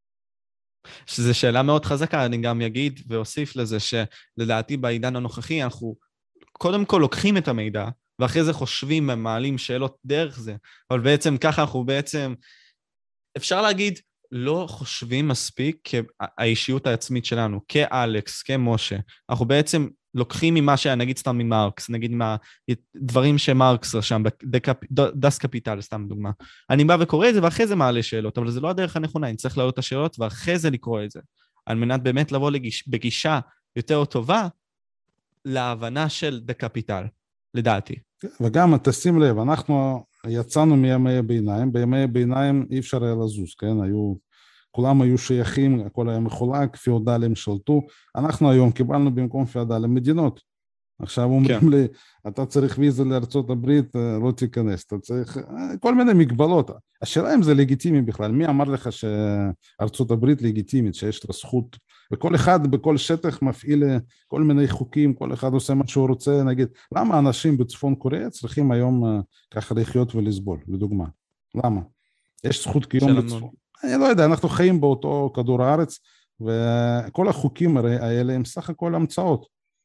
S1: שזו שאלה מאוד חזקה, אני גם אגיד ואוסיף לזה, שלדעתי בעידן הנוכחי, אנחנו קודם כל לוקחים את המידע, ואחרי זה חושבים, מעלים שאלות דרך זה, אבל בעצם ככה אנחנו בעצם, אפשר להגיד, לא חושבים מספיק כאישיות העצמית שלנו, כאלכס, כמשה, אנחנו בעצם לוקחים ממה שנגיד סתם ממרקס, נגיד מהדברים שמרקס רשם, דס קפיטל, סתם דוגמה. אני בא וקורא את זה, ואחרי זה מעלה שאלות, אבל זה לא הדרך הנכונה, אני צריך להעלות את השאלות, ואחרי זה לקרוא את זה, על מנת באמת לבוא בגישה יותר טובה, להבנה של דה קפיטל, לדעתי.
S2: וגם תשים לב, אנחנו יצאנו מימי הביניים, בימי הביניים אי אפשר היה לזוז, כן? כולם היו שייכים, הכל היה מחולק, פיאודלים שלטו, אנחנו היום קיבלנו במקום פיאודלים מדינות. עכשיו אומרים לי, אתה צריך ויזה לארצות הברית, לא תיכנס, אתה צריך כל מיני מגבלות. השאלה אם זה לגיטימי בכלל, מי אמר לך שארצות הברית לגיטימית, שיש לה זכות, וכל אחד בכל שטח מפעיל כל מיני חוקים, כל אחד עושה מה שהוא רוצה, נגיד, למה אנשים בצפון קוריאה צריכים היום ככה לחיות ולסבול, לדוגמה? למה? יש זכות קיום בצפון. אני לא יודע, אנחנו חיים באותו כדור הארץ, וכל החוקים האלה הם סך הכל המצאות.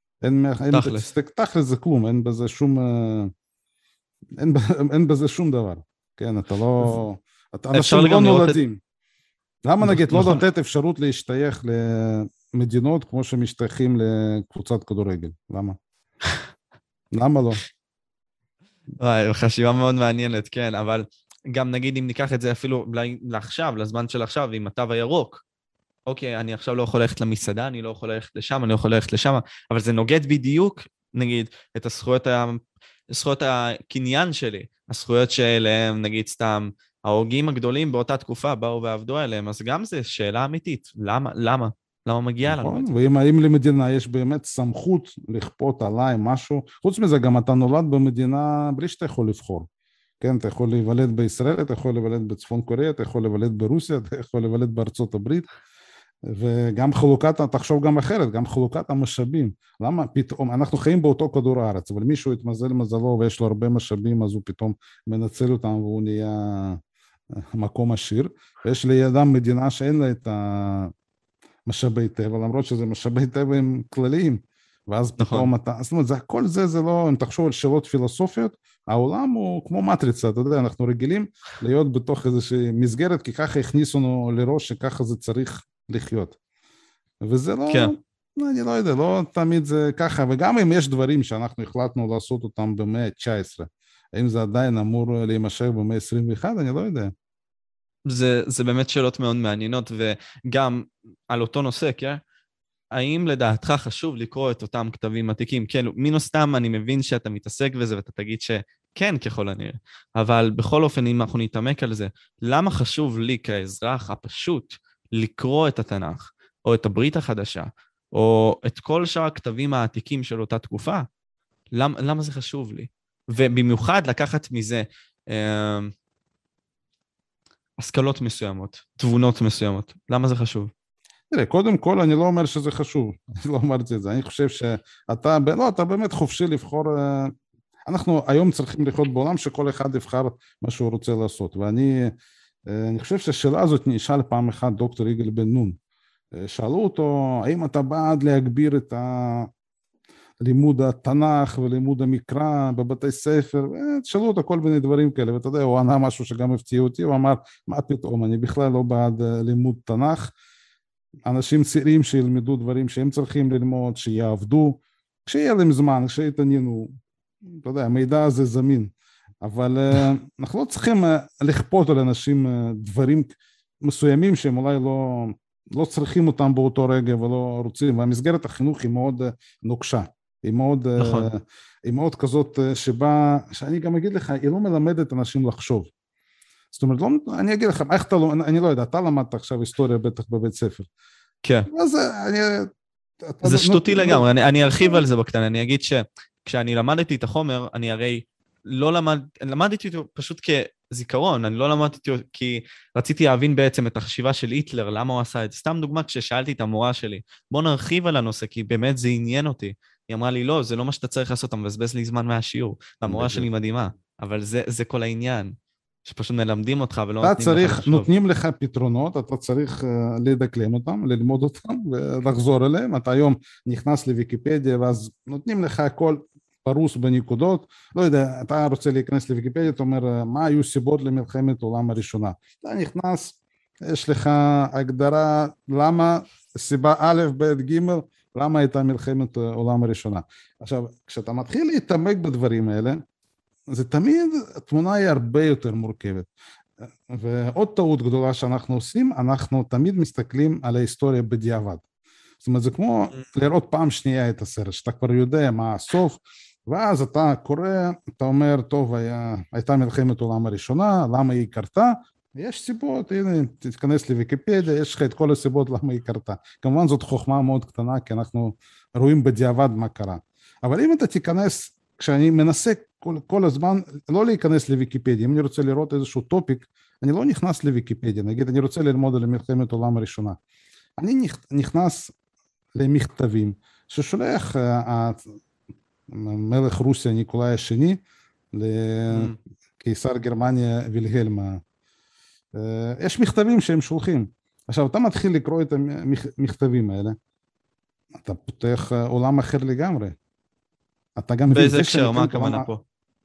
S2: תכל'ס זה כלום, אין בזה שום דבר. כן, אתה לא... אנשים לא נולדים. למה נגיד לא לתת אפשרות להשתייך למדינות כמו שמשתייכים לקבוצת כדורגל? למה? למה לא?
S1: חשיבה מאוד מעניינת, כן, אבל גם נגיד אם ניקח את זה אפילו לעכשיו, לזמן של עכשיו, עם התו הירוק, אוקיי, אני עכשיו לא יכול ללכת למסעדה, אני לא יכול ללכת לשם, אני לא יכול ללכת לשם, אבל זה נוגד בדיוק, נגיד, את זכויות הקניין שלי, הזכויות שאליהם, נגיד סתם, ההוגים הגדולים באותה תקופה באו ועבדו עליהם, אז גם זו שאלה אמיתית. למה? למה מגיע לנו את זה?
S2: ואם למדינה יש באמת סמכות לכפות עליי משהו, חוץ מזה גם אתה נולד במדינה בלי שאתה יכול לבחור. כן, אתה יכול להיוולד בישראל, אתה יכול להיוולד בצפון קוריאה, אתה יכול להיוולד ברוסיה, אתה יכול להיוולד בארצות הברית, וגם חלוקת, תחשוב גם אחרת, גם חלוקת המשאבים. למה פתאום, אנחנו חיים באותו כדור הארץ, אבל מישהו התמזל מזלו ויש לו הרבה משאבים, אז הוא פתאום מנצל אותם והוא נהיה מקום עשיר, ויש לידם מדינה שאין לה את משאבי טבע, למרות שזה משאבי טבע הם כלליים, ואז פתאום אתה, זאת אומרת, כל זה לא, אם תחשוב על שאלות פילוסופיות, העולם הוא כמו מטריצה, אתה יודע, אנחנו רגילים להיות בתוך איזושהי מסגרת, כי ככה הכניסו לנו לראש שככה זה צריך לחיות. וזה לא, כן. אני לא יודע, לא תמיד זה ככה, וגם אם יש דברים שאנחנו החלטנו לעשות אותם במאה ה-19, האם זה עדיין אמור להימשך במאה ה-21, אני לא יודע.
S1: זה באמת שאלות מאוד מעניינות, וגם על אותו נושא, כן? האם לדעתך חשוב לקרוא את אותם כתבים עתיקים? כן, מן הסתם אני מבין שאתה מתעסק בזה, ואתה תגיד שכן ככל הנראה, אבל בכל אופן, אם אנחנו נתעמק על זה, למה חשוב לי כאזרח הפשוט לקרוא את התנ"ך, או את הברית החדשה, או את כל שאר הכתבים העתיקים של אותה תקופה? למה זה חשוב לי? ובמיוחד לקחת מזה השכלות מסוימות, תבונות מסוימות. למה זה חשוב?
S2: תראה, קודם כל אני לא אומר שזה חשוב, אני לא אמרתי את זה, אני חושב שאתה, לא, אתה באמת חופשי לבחור, אנחנו היום צריכים לחיות בעולם שכל אחד יבחר מה שהוא רוצה לעשות, ואני חושב שהשאלה הזאת נשאל פעם אחת דוקטור יגאל בן נון, שאלו אותו, האם אתה בעד להגביר את לימוד התנ"ך ולימוד המקרא בבתי ספר, שאלו אותו כל מיני דברים כאלה, ואתה יודע, הוא ענה משהו שגם הפתיע אותי, הוא אמר, מה פתאום, אני בכלל לא בעד לימוד תנ"ך, אנשים צעירים שילמדו דברים שהם צריכים ללמוד, שיעבדו, כשיהיה להם זמן, כשיתעניינו, אתה יודע, המידע הזה זמין, אבל אנחנו לא צריכים לכפות על אנשים דברים מסוימים שהם אולי לא צריכים אותם באותו רגע ולא רוצים, והמסגרת החינוך היא מאוד נוקשה, היא מאוד כזאת שבה, שאני גם אגיד לך, היא לא מלמדת אנשים לחשוב. זאת אומרת, אני אגיד לך, איך אתה לא, אני לא יודע, אתה למדת עכשיו היסטוריה בטח בבית ספר.
S1: כן.
S2: אז
S1: זה שטותי לגמרי, אני ארחיב על זה בקטן, אני אגיד שכשאני למדתי את החומר, אני הרי לא למדתי אותו פשוט כזיכרון, אני לא למדתי אותו כי רציתי להבין בעצם את החשיבה של היטלר, למה הוא עשה את זה. סתם דוגמה, כששאלתי את המורה שלי, בוא נרחיב על הנושא, כי באמת זה עניין אותי. היא אמרה לי, לא, זה לא מה שאתה צריך לעשות, אתה מבזבז לי זמן מהשיעור. המורה שלי מדהימה, אבל זה כל העניין. שפשוט מלמדים אותך ולא נותנים לך לחשוב.
S2: נותנים לך פתרונות, אתה צריך לדקלם אותם, ללמוד אותם ולחזור אליהם. אתה היום נכנס לוויקיפדיה, ואז נותנים לך הכל פרוס בנקודות. לא יודע, אתה רוצה להיכנס לוויקיפדיה, אתה אומר, מה היו סיבות למלחמת העולם הראשונה? אתה נכנס, יש לך הגדרה למה, סיבה א', ב', ג', למה הייתה מלחמת העולם הראשונה. עכשיו, כשאתה מתחיל להתעמק בדברים האלה, זה תמיד, התמונה היא הרבה יותר מורכבת. ועוד טעות גדולה שאנחנו עושים, אנחנו תמיד מסתכלים על ההיסטוריה בדיעבד. זאת אומרת, זה כמו לראות פעם שנייה את הסרט, שאתה כבר יודע מה הסוף, ואז אתה קורא, אתה אומר, טוב, הייתה מלחמת העולם הראשונה, למה היא קרתה? יש סיבות, הנה, תתכנס לוויקיפדיה, יש לך את כל הסיבות למה היא קרתה. כמובן זאת חוכמה מאוד קטנה, כי אנחנו רואים בדיעבד מה קרה. אבל אם אתה תיכנס, כשאני מנסה כל הזמן לא להיכנס לוויקיפדיה, אם אני רוצה לראות איזשהו טופיק, אני לא נכנס לוויקיפדיה, נגיד אני רוצה ללמוד על מלחמת העולם הראשונה, אני נכנס למכתבים ששולח מלך רוסיה ניקולאי השני לקיסר גרמניה וילהלם, יש מכתבים שהם שולחים. עכשיו אתה מתחיל לקרוא את המכתבים האלה, אתה פותח עולם אחר לגמרי.
S1: באיזה הקשר, מה הכוונה פה?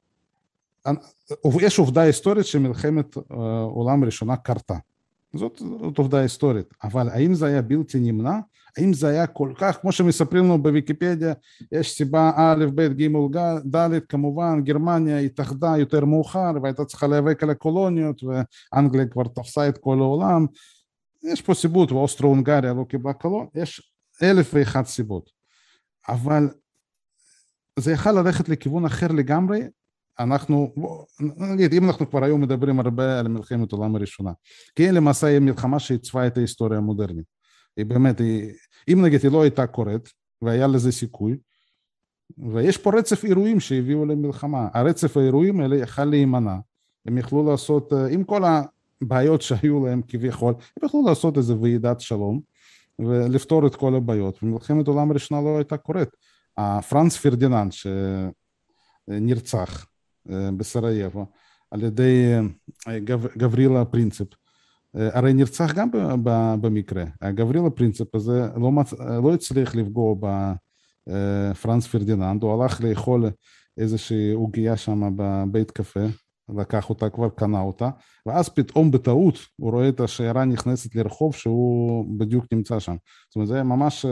S2: יש עובדה היסטורית שמלחמת עולם ראשונה קרתה. זאת עובדה היסטורית. אבל האם זה היה בלתי נמנע? האם זה היה כל כך, כמו שמספרים לנו בוויקיפדיה, יש סיבה א', ב', ג', ד', כמובן, גרמניה התאחדה יותר מאוחר, והייתה צריכה להיאבק על הקולוניות, ואנגליה כבר תפסה את כל העולם. יש פה סיבות, ואוסטרו-הונגריה לא קיבלה קולון, יש 1,001 סיבות. אבל זה יכול ללכת לכיוון אחר לגמרי, אנחנו, נגיד, אם אנחנו כבר היום מדברים הרבה על מלחמת העולם הראשונה, כי היא למעשה היא מלחמה שעיצבה את ההיסטוריה המודרנית. היא באמת, אם נגיד היא לא הייתה קורית, והיה לזה סיכוי, ויש פה רצף אירועים שהביאו למלחמה. הרצף האירועים האלה יכל להימנע. הם יכלו לעשות, עם כל הבעיות שהיו להם כביכול, הם יכלו לעשות איזו ועידת שלום, ולפתור את כל הבעיות. ומלחמת העולם הראשונה לא הייתה קורית. פרנץ פרדיננד שנרצח בסרייבו על ידי גברילה פרינציפ, הרי נרצח גם במקרה. גברילה פרינציפ הזה לא הצליח לפגוע בפרנץ פרדיננד, הוא הלך לאכול איזושהי עוגיה שם בבית קפה, לקח אותה, כבר קנה אותה, ואז פתאום בטעות הוא רואה את השיירה נכנסת לרחוב שהוא בדיוק נמצא שם. זאת אומרת, זה ממש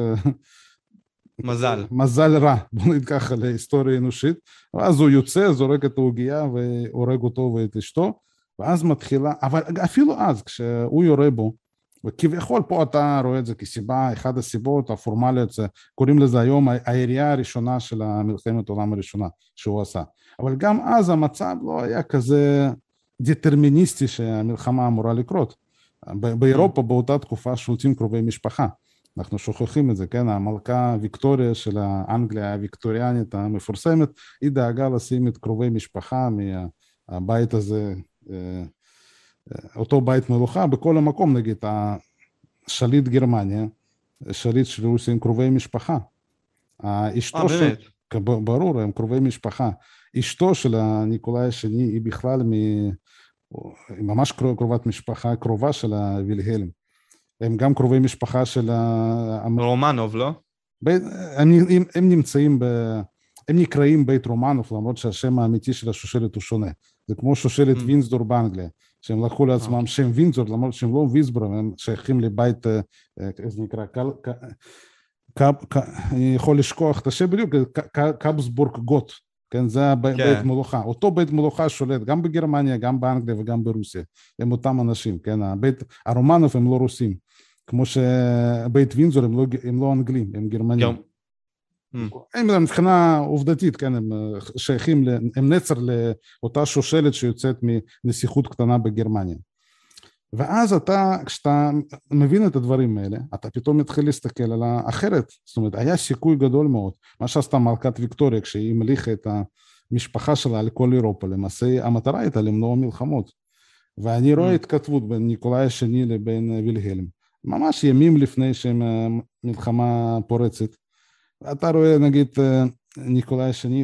S2: מזל רע, בוא נגיד ככה, להיסטוריה אנושית. ואז הוא יוצא, זורק את העוגיה והורג אותו ואת אשתו, ואז מתחילה, אבל אפילו אז כשהוא יורה בו, וכביכול פה אתה רואה את זה כסיבה, אחד הסיבות הפורמליות, קוראים לזה היום הירייה הראשונה של מלחמת העולם הראשונה שהוא עשה. אבל גם אז המצב לא היה כזה דטרמיניסטי שהמלחמה אמורה לקרות. באירופה באותה תקופה שולטים קרובי משפחה. אנחנו שוכחים את זה, כן? המלכה ויקטוריה של האנגליה הוויקטוריאנית המפורסמת, היא דאגה לשים את קרובי משפחה מהבית הזה, אותו בית מלוכה, בכל המקום, נגיד, השליט גרמניה, שליט של רוסיה עם קרובי משפחה. אשתו של, ברור, הם קרובי משפחה. אשתו של ניקולאי השני היא בכלל ממש קרובת משפחה, קרובה של וילהלם. הם גם קרובי משפחה של
S1: רומנוב, לא?
S2: הם נמצאים הם נקראים בית רומנוב, למרות שהשם האמיתי של השושלת הוא שונה. זה כמו שושלת וינסדור באנגליה, שהם לקחו לעצמם שם וינזור, למרות שהם לא וינסבורג, הם שייכים לבית, איך זה נקרא, אני יכול לשכוח את השם בדיוק, קאבסבורג גוט, כן, זה בית מלוכה. אותו בית מלוכה שולט גם בגרמניה, גם באנגליה וגם ברוסיה. הם אותם אנשים, כן, הרומנוב הם לא רוסים, כמו שבית וינזור הם לא אנגלים, הם גרמנים. הם מבחינה עובדתית, כן, הם שייכים, הם נצר לאותה שושלת שיוצאת מנסיכות קטנה בגרמניה. ואז כשאתה מבין את הדברים האלה, אתה פתאום מתחיל להסתכל על האחרת. זאת אומרת, היה סיכוי גדול מאוד, מה שעשתה מלכת ויקטוריה, כשהיא המליכה את המשפחה שלה לכל אירופה, למעשה המטרה הייתה למנוע מלחמות. ואני רואה התכתבות בין ניקולאי השני לבין וילהלם, ממש ימים לפני שמלחמה פורצת. אתה רואה, נגיד, ניקולאי השני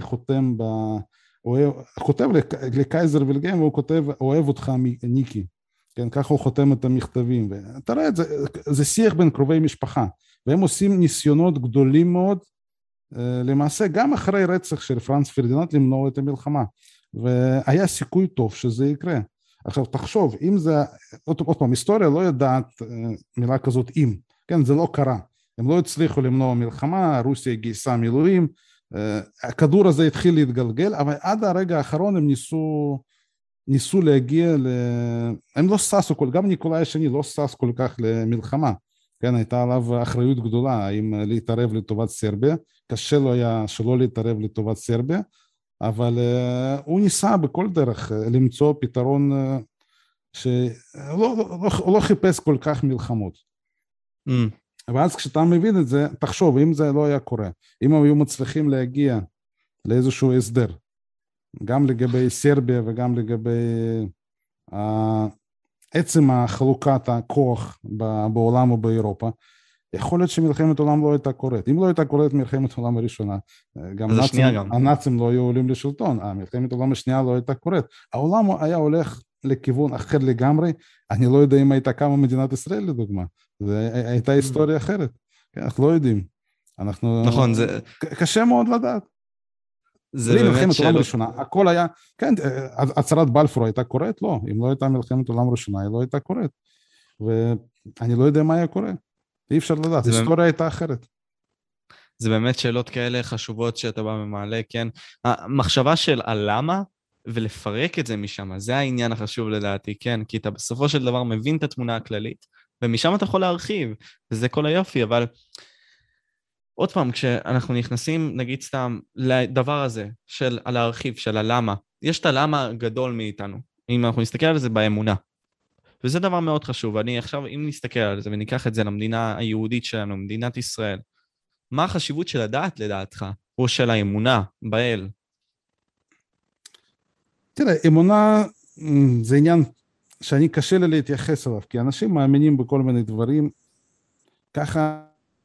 S2: חותם לקייזר וילהלם, והוא כותב, אוהב אותך ניקי. כן, ככה הוא חותם את המכתבים, ואתה רואה את זה, זה שיח בין קרובי משפחה, והם עושים ניסיונות גדולים מאוד, למעשה גם אחרי רצח של פרנץ פרדיננד למנוע את המלחמה, והיה סיכוי טוב שזה יקרה. עכשיו תחשוב, אם זה, עוד פעם, היסטוריה לא יודעת מילה כזאת אם, כן, זה לא קרה, הם לא הצליחו למנוע מלחמה, רוסיה גייסה מילואים, הכדור הזה התחיל להתגלגל, אבל עד הרגע האחרון הם ניסו להגיע, הם לא ססו, גם ניקולאי השני לא סס כל כך למלחמה, כן, הייתה עליו אחריות גדולה, האם להתערב לטובת סרביה, קשה לו היה שלא להתערב לטובת סרביה, אבל הוא ניסה בכל דרך למצוא פתרון שהוא לא חיפש כל כך מלחמות. ואז כשאתה מבין את זה, תחשוב, אם זה לא היה קורה, אם הם היו מצליחים להגיע לאיזשהו הסדר, גם לגבי סרביה וגם לגבי עצם החלוקת הכוח בעולם או באירופה, יכול להיות שמלחמת העולם לא הייתה קורית. אם לא הייתה קורית מלחמת העולם הראשונה, גם הנאצים לא היו עולים לשלטון, מלחמת העולם השנייה לא הייתה קורית. העולם היה הולך לכיוון אחר לגמרי, אני לא יודע אם הייתה קמה מדינת ישראל לדוגמה, זה הייתה היסטוריה אחרת, אנחנו לא יודעים. נכון, זה קשה מאוד לדעת. זה באמת שאלות. ראשונה, הכל היה, כן, הצהרת בלפור הייתה קורית? לא, אם לא הייתה מלחמת עולם ראשונה, היא לא הייתה קורית. ואני לא יודע מה היה קורה. אי אפשר לדעת, היסטוריה הייתה אחרת.
S1: זה באמת שאלות כאלה חשובות שאתה בא ומעלה, כן? המחשבה של הלמה ולפרק את זה משם, זה העניין החשוב לדעתי, כן? כי אתה בסופו של דבר מבין את התמונה הכללית, ומשם אתה יכול להרחיב, וזה כל היופי, אבל עוד פעם, כשאנחנו נכנסים, נגיד סתם, לדבר הזה, של להרחיב, של הלמה, יש את הלמה גדול מאיתנו, אם אנחנו נסתכל על זה באמונה. וזה דבר מאוד חשוב. אני עכשיו, אם נסתכל על זה וניקח את זה למדינה היהודית שלנו, מדינת ישראל, מה החשיבות של הדת לדעתך, או של האמונה באל?
S2: תראה, אמונה זה עניין שאני קשה לי להתייחס אליו, כי אנשים מאמינים בכל מיני דברים, ככה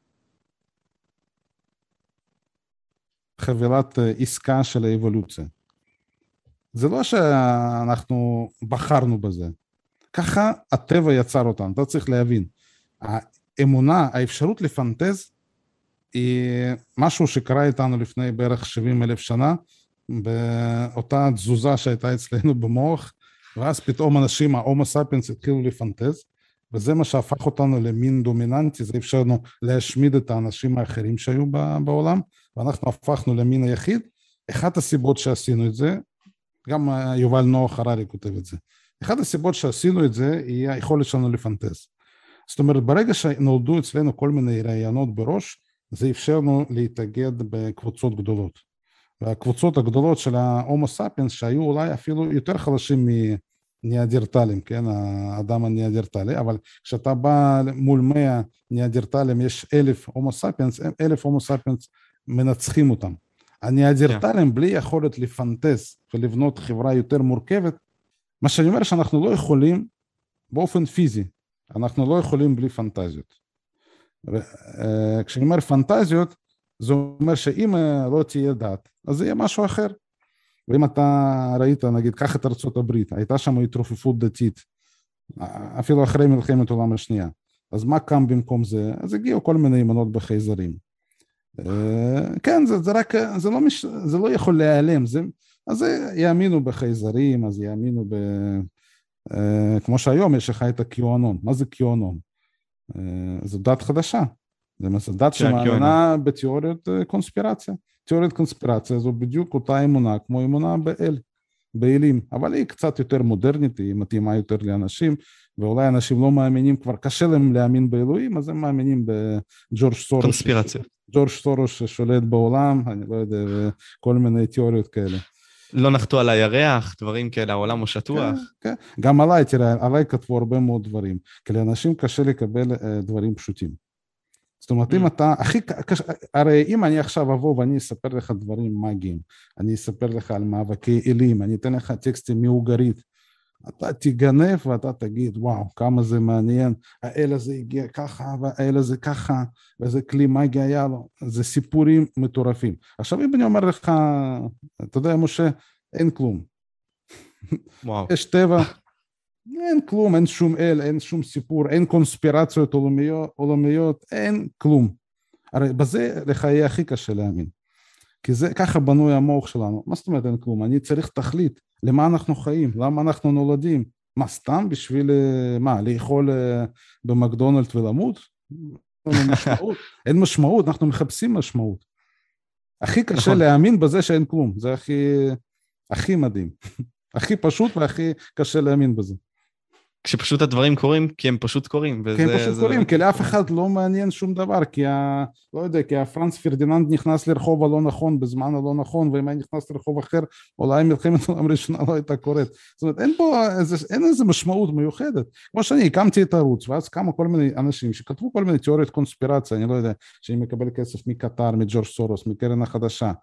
S2: חבילת עסקה של האבולוציה. זה לא שאנחנו בחרנו בזה, ככה הטבע יצר אותנו, אתה צריך להבין. האמונה, האפשרות לפנטז, היא משהו שקרה איתנו לפני בערך 70,000 שנה, באותה תזוזה שהייתה אצלנו במוח, ואז פתאום אנשים, ההומו ספיאנס התחילו לפנטז, וזה מה שהפך אותנו למין דומיננטי, זה אפשר לנו להשמיד את האנשים האחרים שהיו בעולם, ואנחנו הפכנו למין היחיד. אחת הסיבות שעשינו את זה, גם יובל נוח הררי כותב את זה, אחת הסיבות שעשינו את זה, היא היכולת שלנו לפנטז. זאת אומרת, ברגע שנולדו אצלנו כל מיני רעיונות בראש, זה אפשר לנו להתאגד בקבוצות גדולות. והקבוצות הגדולות של ההומו ספיאנס, שהיו אולי אפילו יותר חלשים מניאדרטלים, כן, האדם הניאדרטלי, אבל כשאתה בא מול 100 ניאדרטלים, יש 1,000 הומו ספיאנס, 1,000 הומו ספיאנס מנצחים אותם. הניאדרטלים בלי יכולת לפנטז ולבנות חברה יותר מורכבת, מה שאני אומר שאנחנו לא יכולים באופן פיזי, אנחנו לא יכולים בלי פנטזיות. כשאני אומר פנטזיות, זה אומר שאם לא תהיה דת, אז זה יהיה משהו אחר. ואם אתה ראית, נגיד, קח את ארצות הברית, הייתה שם התרופפות דתית, אפילו אחרי מלחמת העולם השנייה. אז מה קם במקום זה? אז הגיעו כל מיני אמונות בחייזרים. כן, זה לא יכול להיעלם, אז יאמינו בחייזרים, אז יאמינו כמו שהיום יש לך את הקיואנון. מה זה קיואנון? זו דת חדשה. זה דת שמאמינה בתיאוריות קונספירציה. תיאוריית קונספירציה זו בדיוק אותה אמונה כמו אמונה באלים, אבל היא קצת יותר מודרנית, היא מתאימה יותר לאנשים, ואולי אנשים לא מאמינים, כבר קשה להם להאמין באלוהים, אז הם מאמינים בג'ורג' סורוש.
S1: קונספירציה.
S2: ג'ורג' סורוש ששולט בעולם, אני לא יודע, כל מיני תיאוריות כאלה.
S1: לא נחתו על הירח, דברים כאלה, העולם הוא שטוח.
S2: כן. גם עליי, תראה, עליי כתבו הרבה מאוד דברים, כי לאנשים קשה לקבל דברים פשוטים. זאת אומרת, אם אתה, הרי אם אני עכשיו אבוא ואני אספר לך דברים מגיים, אני אספר לך על מאבקי אלים, אני אתן לך טקסטים מאוגרית, אתה תיגנף ואתה תגיד, וואו, כמה זה מעניין, האל הזה הגיע ככה, והאל הזה ככה, ואיזה כלי מגי היה לו, זה סיפורים מטורפים. עכשיו, אם אני אומר לך, אתה יודע, משה, אין כלום.
S1: וואו.
S2: יש טבע, אין כלום, אין שום אל, אין שום סיפור, אין קונספירציות עולמיות, אין כלום. הרי בזה לך יהיה הכי קשה להאמין. כי זה ככה בנוי המוח שלנו. מה זאת אומרת אין כלום? אני צריך תכלית. למה אנחנו חיים? למה אנחנו נולדים? מה, סתם בשביל, לאכול במקדונלד ולמות? אין משמעות, אנחנו מחפשים משמעות. הכי קשה להאמין בזה שאין כלום. זה הכי מדהים. הכי פשוט והכי קשה להאמין בזה.
S1: כשפשוט הדברים קורים, כי הם פשוט קורים.
S2: כי הם פשוט קורים, כי לאף אחד לא מעניין שום דבר, לא יודע, כי הפרנס פרדיננד נכנס לרחוב הלא נכון, בזמן הלא נכון, ואם היה נכנס לרחוב אחר, אולי מלחמת העולם הראשונה לא הייתה קורית. זאת אומרת, אין איזה משמעות מיוחדת. כמו שאני הקמתי את הערוץ, ואז קמו כל מיני אנשים שכתבו כל מיני תיאוריות קונספירציה, אני לא יודע, שאני מקבל כסף מקטר, מג'ורג' סורוס, מקרן החדשה,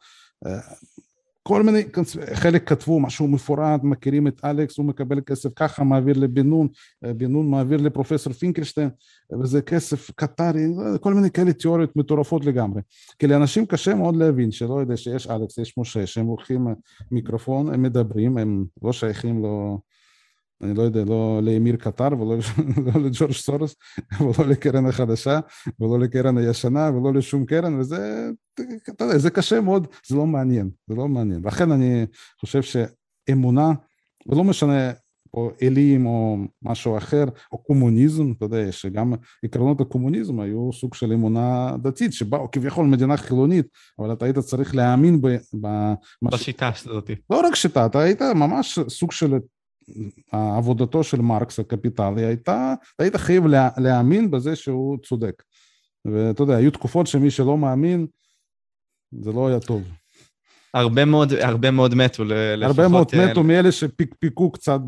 S2: כל מיני, חלק כתבו משהו מפורט, מכירים את אלכס, הוא מקבל כסף ככה, מעביר לבן-נון, בן-נון מעביר לפרופסור פינקלשטיין, וזה כסף קטרי, כל מיני כאלה תיאוריות מטורפות לגמרי. כי לאנשים קשה מאוד להבין, שלא יודע שיש אלכס, יש משה, שהם הולכים מיקרופון, הם מדברים, הם לא שייכים לו, אני לא יודע, לא לאמיר קטר, ולא לג'ורג' סורוס, ולא לקרן החדשה, ולא לקרן הישנה, ולא לשום קרן, וזה, אתה יודע, זה קשה מאוד, זה לא מעניין, זה לא מעניין. לכן אני חושב שאמונה, ולא משנה, או אלים, או משהו אחר, או קומוניזם, אתה יודע, שגם עקרונות הקומוניזם היו סוג של אמונה דתית, שבאו כביכול מדינה חילונית, אבל אתה היית צריך להאמין
S1: בשיטה הזאת.
S2: לא רק שיטה, אתה היית ממש סוג של עבודתו של מרקס הקפיטלי, היית חייב להאמין בזה שהוא צודק. ואתה יודע, היו תקופות שמי שלא מאמין, זה לא היה טוב.
S1: הרבה מאוד מתו.
S2: הרבה מאוד מתו מאלה שפיקפיקו קצת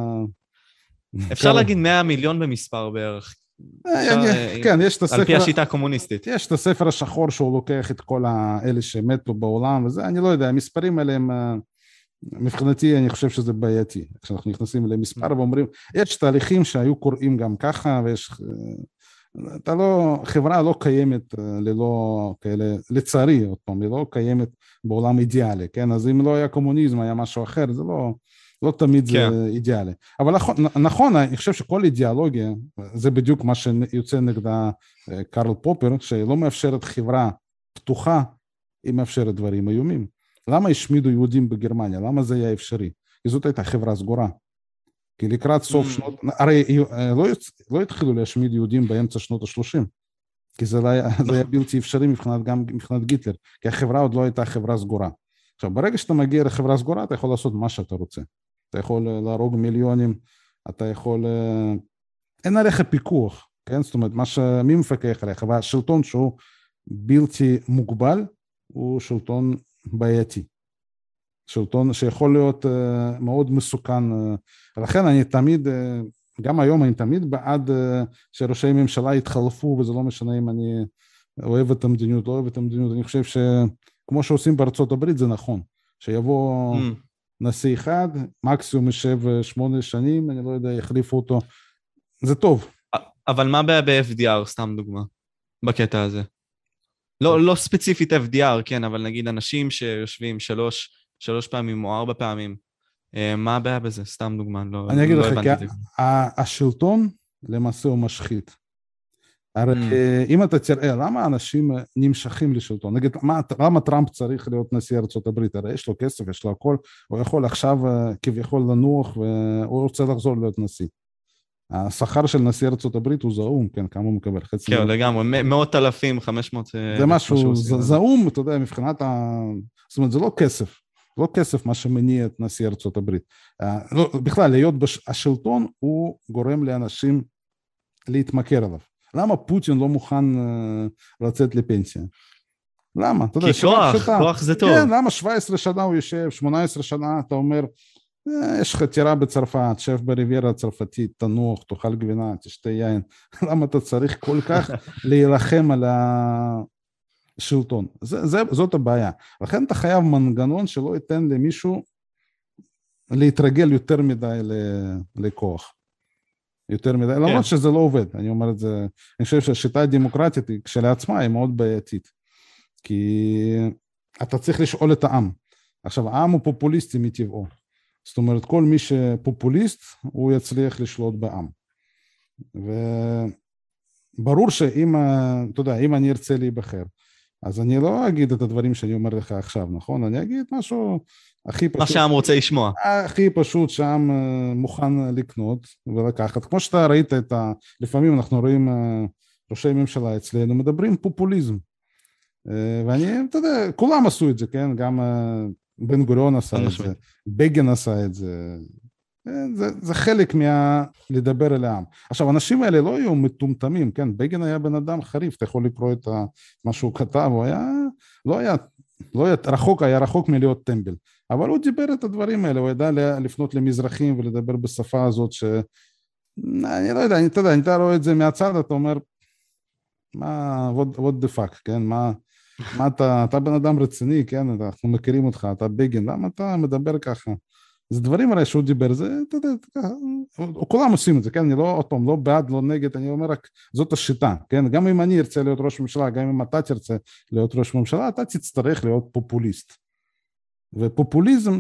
S1: אפשר להגיד 100 מיליון במספר בערך.
S2: כן, יש את הספר...
S1: על פי השיטה הקומוניסטית.
S2: יש את הספר השחור שהוא לוקח את כל האלה שמתו בעולם, וזה, אני לא יודע, המספרים האלה הם... מבחינתי אני חושב שזה בעייתי, כשאנחנו נכנסים למספר ואומרים, יש תהליכים שהיו קוראים גם ככה, ויש... אתה לא... חברה לא קיימת ללא כאלה, לצערי, עוד פעם, היא לא קיימת בעולם אידיאלי, כן? אז אם לא היה קומוניזם, היה משהו אחר, זה לא תמיד זה אידיאלי. אבל נכון, אני חושב שכל אידיאולוגיה, זה בדיוק מה שיוצא נגדה קרל פופר, שלא מאפשרת חברה פתוחה, היא מאפשרת דברים איומים. למה השמידו יהודים בגרמניה? למה זה היה אפשרי? כי זאת הייתה חברה סגורה. כי לקראת סוף שנות... הרי לא התחילו להשמיד יהודים באמצע שנות ה-30, כי זה היה בלתי אפשרי גם מבחינת גיטלר, כי החברה עוד לא הייתה חברה סגורה. עכשיו, ברגע שאתה מגיע לחברה סגורה, אתה יכול לעשות מה שאתה רוצה. אתה יכול להרוג מיליונים, אתה יכול... אין עליך פיקוח, כן? זאת אומרת, מי מפקח עליך? והשלטון שהוא בלתי מוגבל, הוא שלטון בעייתי. שלטון שיכול להיות מאוד מסוכן. ולכן אני תמיד, גם היום אני תמיד בעד שראשי ממשלה יתחלפו, וזה לא משנה אם אני אוהב את המדיניות, לא אוהב את המדיניות. אני חושב שכמו שעושים בארצות הברית זה נכון, שיבוא נשיא אחד, מקסימום ישב 8 שנים, אני לא יודע, יחליפו אותו. זה טוב.
S1: אבל מה ב-FDR, סתם דוגמה, בקטע הזה? לא ספציפית FDR, כן, אבל נגיד אנשים שיושבים 3 פעמים או 4 פעמים, מה הבעיה בזה? סתם דוגמה,
S2: אני אגיד לך, השלטון למעשה הוא משחית. הרי אם אתה תראה, למה אנשים נמשכים לשלטון? נגיד, למה טראמפ צריך להיות נשיא ארצות הברית? הרי יש לו כסף, יש לו הכל, הוא יכול עכשיו כביכול לנוח, והוא רוצה לחזור להיות נשיא. השכר של נשיא ארצות הברית הוא זעום, כן, כמה הוא מקבל?
S1: כן, לגמרי, 100,000, 500...
S2: זה משהו זעום, אתה יודע, מבחינת זאת אומרת, זה לא כסף. לא כסף מה שמניע את נשיא ארצות הברית. בכלל, להיות השלטון הוא גורם לאנשים להתמכר עליו. למה פוטין לא מוכן לצאת לפנסיה? למה?
S1: כי כוח זה טוב.
S2: כן, למה 17 שנה הוא יושב, 18 שנה אתה אומר, יש לך טירה בצרפת, שף בריביירה הצרפתית, תנוח, תאכל גבינה, תשתה יין. למה אתה צריך כל כך להילחם על השלטון? זאת הבעיה. לכן אתה חייב מנגנון שלא ייתן למישהו להתרגל יותר מדי לכוח. יותר מדי, למרות שזה לא עובד. אני אומר את זה, אני חושב שהשיטה הדמוקרטית כשלעצמה היא מאוד בעייתית. כי אתה צריך לשאול את העם. עכשיו, העם הוא פופוליסטי מטבעו. זאת אומרת, כל מי שפופוליסט, הוא יצליח לשלוט בעם. וברור שאם, אתה יודע, אם אני ארצה להיבחר, אז אני לא אגיד את הדברים שאני אומר לך עכשיו, נכון? אני אגיד משהו הכי פשוט.
S1: מה שהעם רוצה לשמוע.
S2: הכי פשוט שהעם מוכן לקנות ולקחת. כמו שאתה ראית לפעמים אנחנו רואים ראשי ממשלה אצלנו, מדברים פופוליזם. ואני, אתה יודע, כולם עשו את זה, כן? גם בן גוריון עשה את זה, בגין עשה את זה. זה חלק לדבר אל העם. עכשיו, האנשים האלה לא היו מטומטמים, כן? בגין היה בן אדם חריף, אתה יכול לקרוא את מה שהוא כתב, הוא היה, היה רחוק מלהיות טמבל. אבל הוא דיבר את הדברים האלה, הוא ידע לפנות למזרחים ולדבר בשפה הזאת אני לא יודע, אתה רואה את זה מהצד, אתה אומר, what the fuck, כן? מה אתה בן אדם רציני, כן? אנחנו מכירים אותך, אתה בגין, למה אתה מדבר ככה? זה דברים הרי שהוא דיבר, זה, אתה יודע, כולם עושים את זה, כן? אני לא, עוד פעם, לא בעד, לא נגד, אני אומר רק, זאת השיטה, כן? גם אם אני ארצה להיות ראש ממשלה, גם אם אתה תרצה להיות ראש ממשלה, אתה תצטרך להיות פופוליסט. ופופוליזם,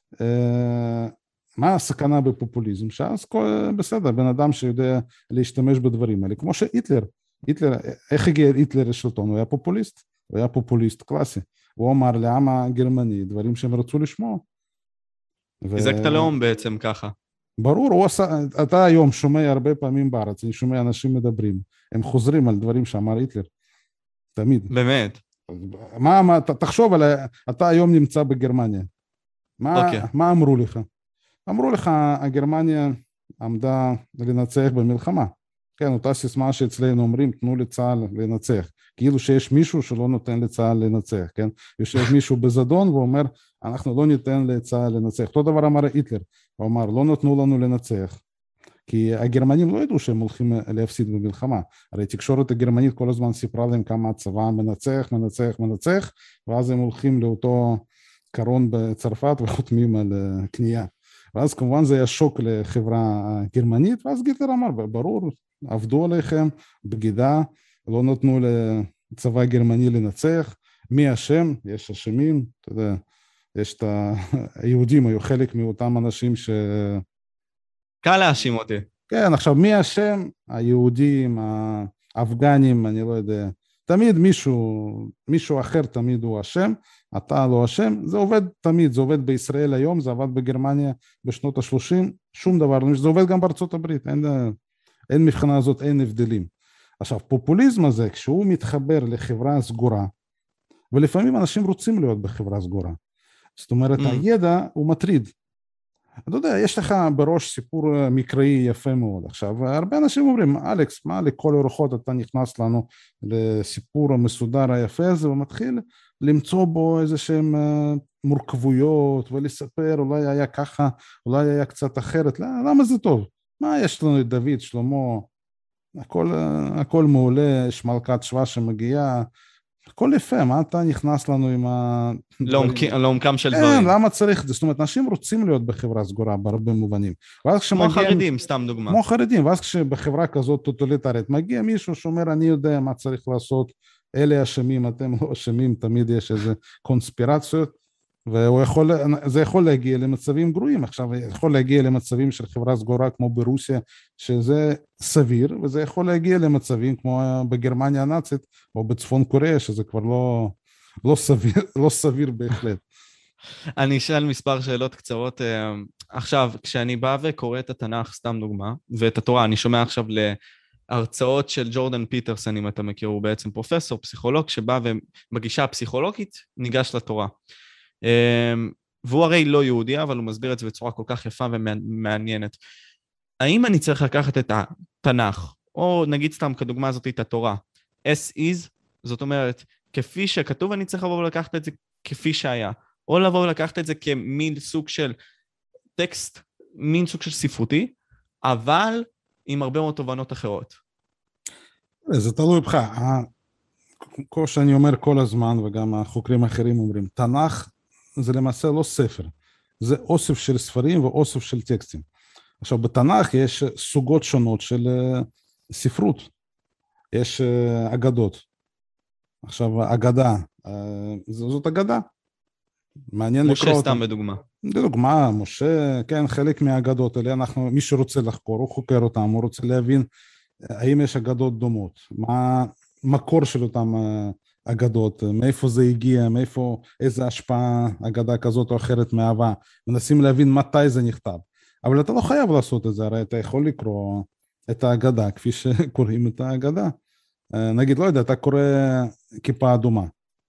S2: מה הסכנה בפופוליזם? שאז בסדר, בן אדם שיודע להשתמש בדברים האלה, כמו שהיטלר, איך הגיע היטלר לשלטון? הוא היה פופוליסט, הוא היה פופוליסט קלאסי, הוא אמר לעם הגרמני דברים שהם רצו לשמוע.
S1: חיזק את הלאום בעצם ככה.
S2: ברור, אתה היום שומע הרבה פעמים בארץ, אני שומע אנשים מדברים, הם חוזרים על דברים שאמר היטלר, תמיד.
S1: באמת?
S2: תחשוב, אתה היום נמצא בגרמניה, מה אמרו לך? אמרו לך, הגרמניה עמדה לנצח במלחמה, כן, אותה סיסמה שאצלנו אומרים, תנו לצה"ל לנצח. כאילו שיש מישהו שלא נותן לצה"ל לנצח, כן? יושב מישהו בזדון ואומר, אנחנו לא ניתן לצה"ל לנצח. אותו דבר אמר היטלר, הוא אמר, לא נתנו לנו לנצח. כי הגרמנים לא ידעו שהם הולכים להפסיד במלחמה. הרי תקשורת הגרמנית כל הזמן סיפרה להם כמה הצבא מנצח, מנצח, מנצח, ואז הם הולכים לאותו קרון בצרפת וחותמים על קנייה. ואז כמובן זה היה שוק לחברה גרמנית, ואז גיטלר אמר, ברור, עבדו עליכם, בגידה, לא נתנו לצבא גרמני לנצח, מי אשם? יש אשמים, אתה יודע, יש את היהודים, היו חלק מאותם אנשים
S1: קל להאשים אותי.
S2: כן, עכשיו מי אשם? היהודים, האפגנים, אני לא יודע, תמיד מישהו אחר תמיד הוא אשם, אתה לא אשם, זה עובד תמיד, זה עובד בישראל היום, זה עבד בגרמניה בשנות ה-30, שום דבר, זה עובד גם בארצות הברית, אין מבחינה הזאת, אין הבדלים. עכשיו, פופוליזם הזה, כשהוא מתחבר לחברה סגורה, ולפעמים אנשים רוצים להיות בחברה סגורה, זאת אומרת, הידע הוא מטריד. אתה יודע, יש לך בראש סיפור מקראי יפה מאוד. עכשיו, הרבה אנשים אומרים, אלכס, מה לכל אורחות אתה נכנס לנו לסיפור המסודר היפה הזה, ומתחיל למצוא בו איזה שהם מורכבויות, ולספר, אולי היה ככה, אולי היה קצת אחרת. למה זה טוב? מה יש לנו את דוד, שלמה, הכל מעולה, יש מלכת שבא שמגיעה, הכל יפה, מה אתה נכנס לנו עם
S1: לעומקם של דברים?
S2: כן, למה צריך? זאת אומרת, אנשים רוצים להיות בחברה סגורה בהרבה מובנים.
S1: כמו חרדים, סתם דוגמה.
S2: כמו חרדים, ואז כשבחברה כזאת טוטליטרית, מגיע מישהו שאומר, אני יודע מה צריך לעשות, אלה אשמים, אתם לא אשמים, תמיד יש איזה קונספירציות, וזה יכול להגיע למצבים גרועים. עכשיו, יכול להגיע למצבים של חברה סגורה כמו ברוסיה, שזה סביר, וזה יכול להגיע למצבים כמו בגרמניה הנאצית, או בצפון קוריאה, שזה כבר לא סביר בהחלט.
S1: אני אשאל מספר שאלות קצרות. עכשיו, כשאני בא וקורא את התנ"ך, סתם דוגמה, ואת התורה, אני שומע עכשיו להרצאות של ג'ורדן פיטרסון, אם אתה מכיר, הוא בעצם פרופסור, פסיכולוג, שבא ובגישה הפסיכולוגית ניגש לתורה. והוא הרי לא יהודי, אבל הוא מסביר את זה בצורה כל כך יפה ומעניינת. האם אני צריך לקחת את התנ"ך, או נגיד סתם כדוגמה הזאת את התורה, as is, זאת אומרת, כפי שכתוב, אני צריך לבוא ולקחת את זה כפי שהיה, או לבוא ולקחת את זה כמין סוג של טקסט, מין סוג של ספרותי, אבל עם הרבה מאוד תובנות אחרות.
S2: זה תלוי בך. כמו שאני אומר כל הזמן, וגם החוקרים האחרים אומרים, תנ"ך זה למעשה לא ספר, זה אוסף של ספרים ואוסף של טקסטים. עכשיו, בתנ"ך יש סוגות שונות של ספרות, יש אגדות. עכשיו, אגדה, זאת אגדה. מעניין לקרוא אותה.
S1: משה סתם בדוגמה.
S2: לדוגמה, משה, כן, חלק מהאגדות האלה, מי שרוצה לחקור, הוא חוקר אותם, הוא רוצה להבין האם יש אגדות דומות, מה המקור של אותם אגדות, מאיפה זה הגיע, איזה השפעה אגדה כזאת או אחרת מהווה, מנסים להבין מתי זה נכתב. אבל אתה לא חייב לעשות את זה, הרי אתה יכול לקרוא את האגדה כפי שקוראים את האגדה. נגיד, לא יודע, אתה קורא כיפה אדומה.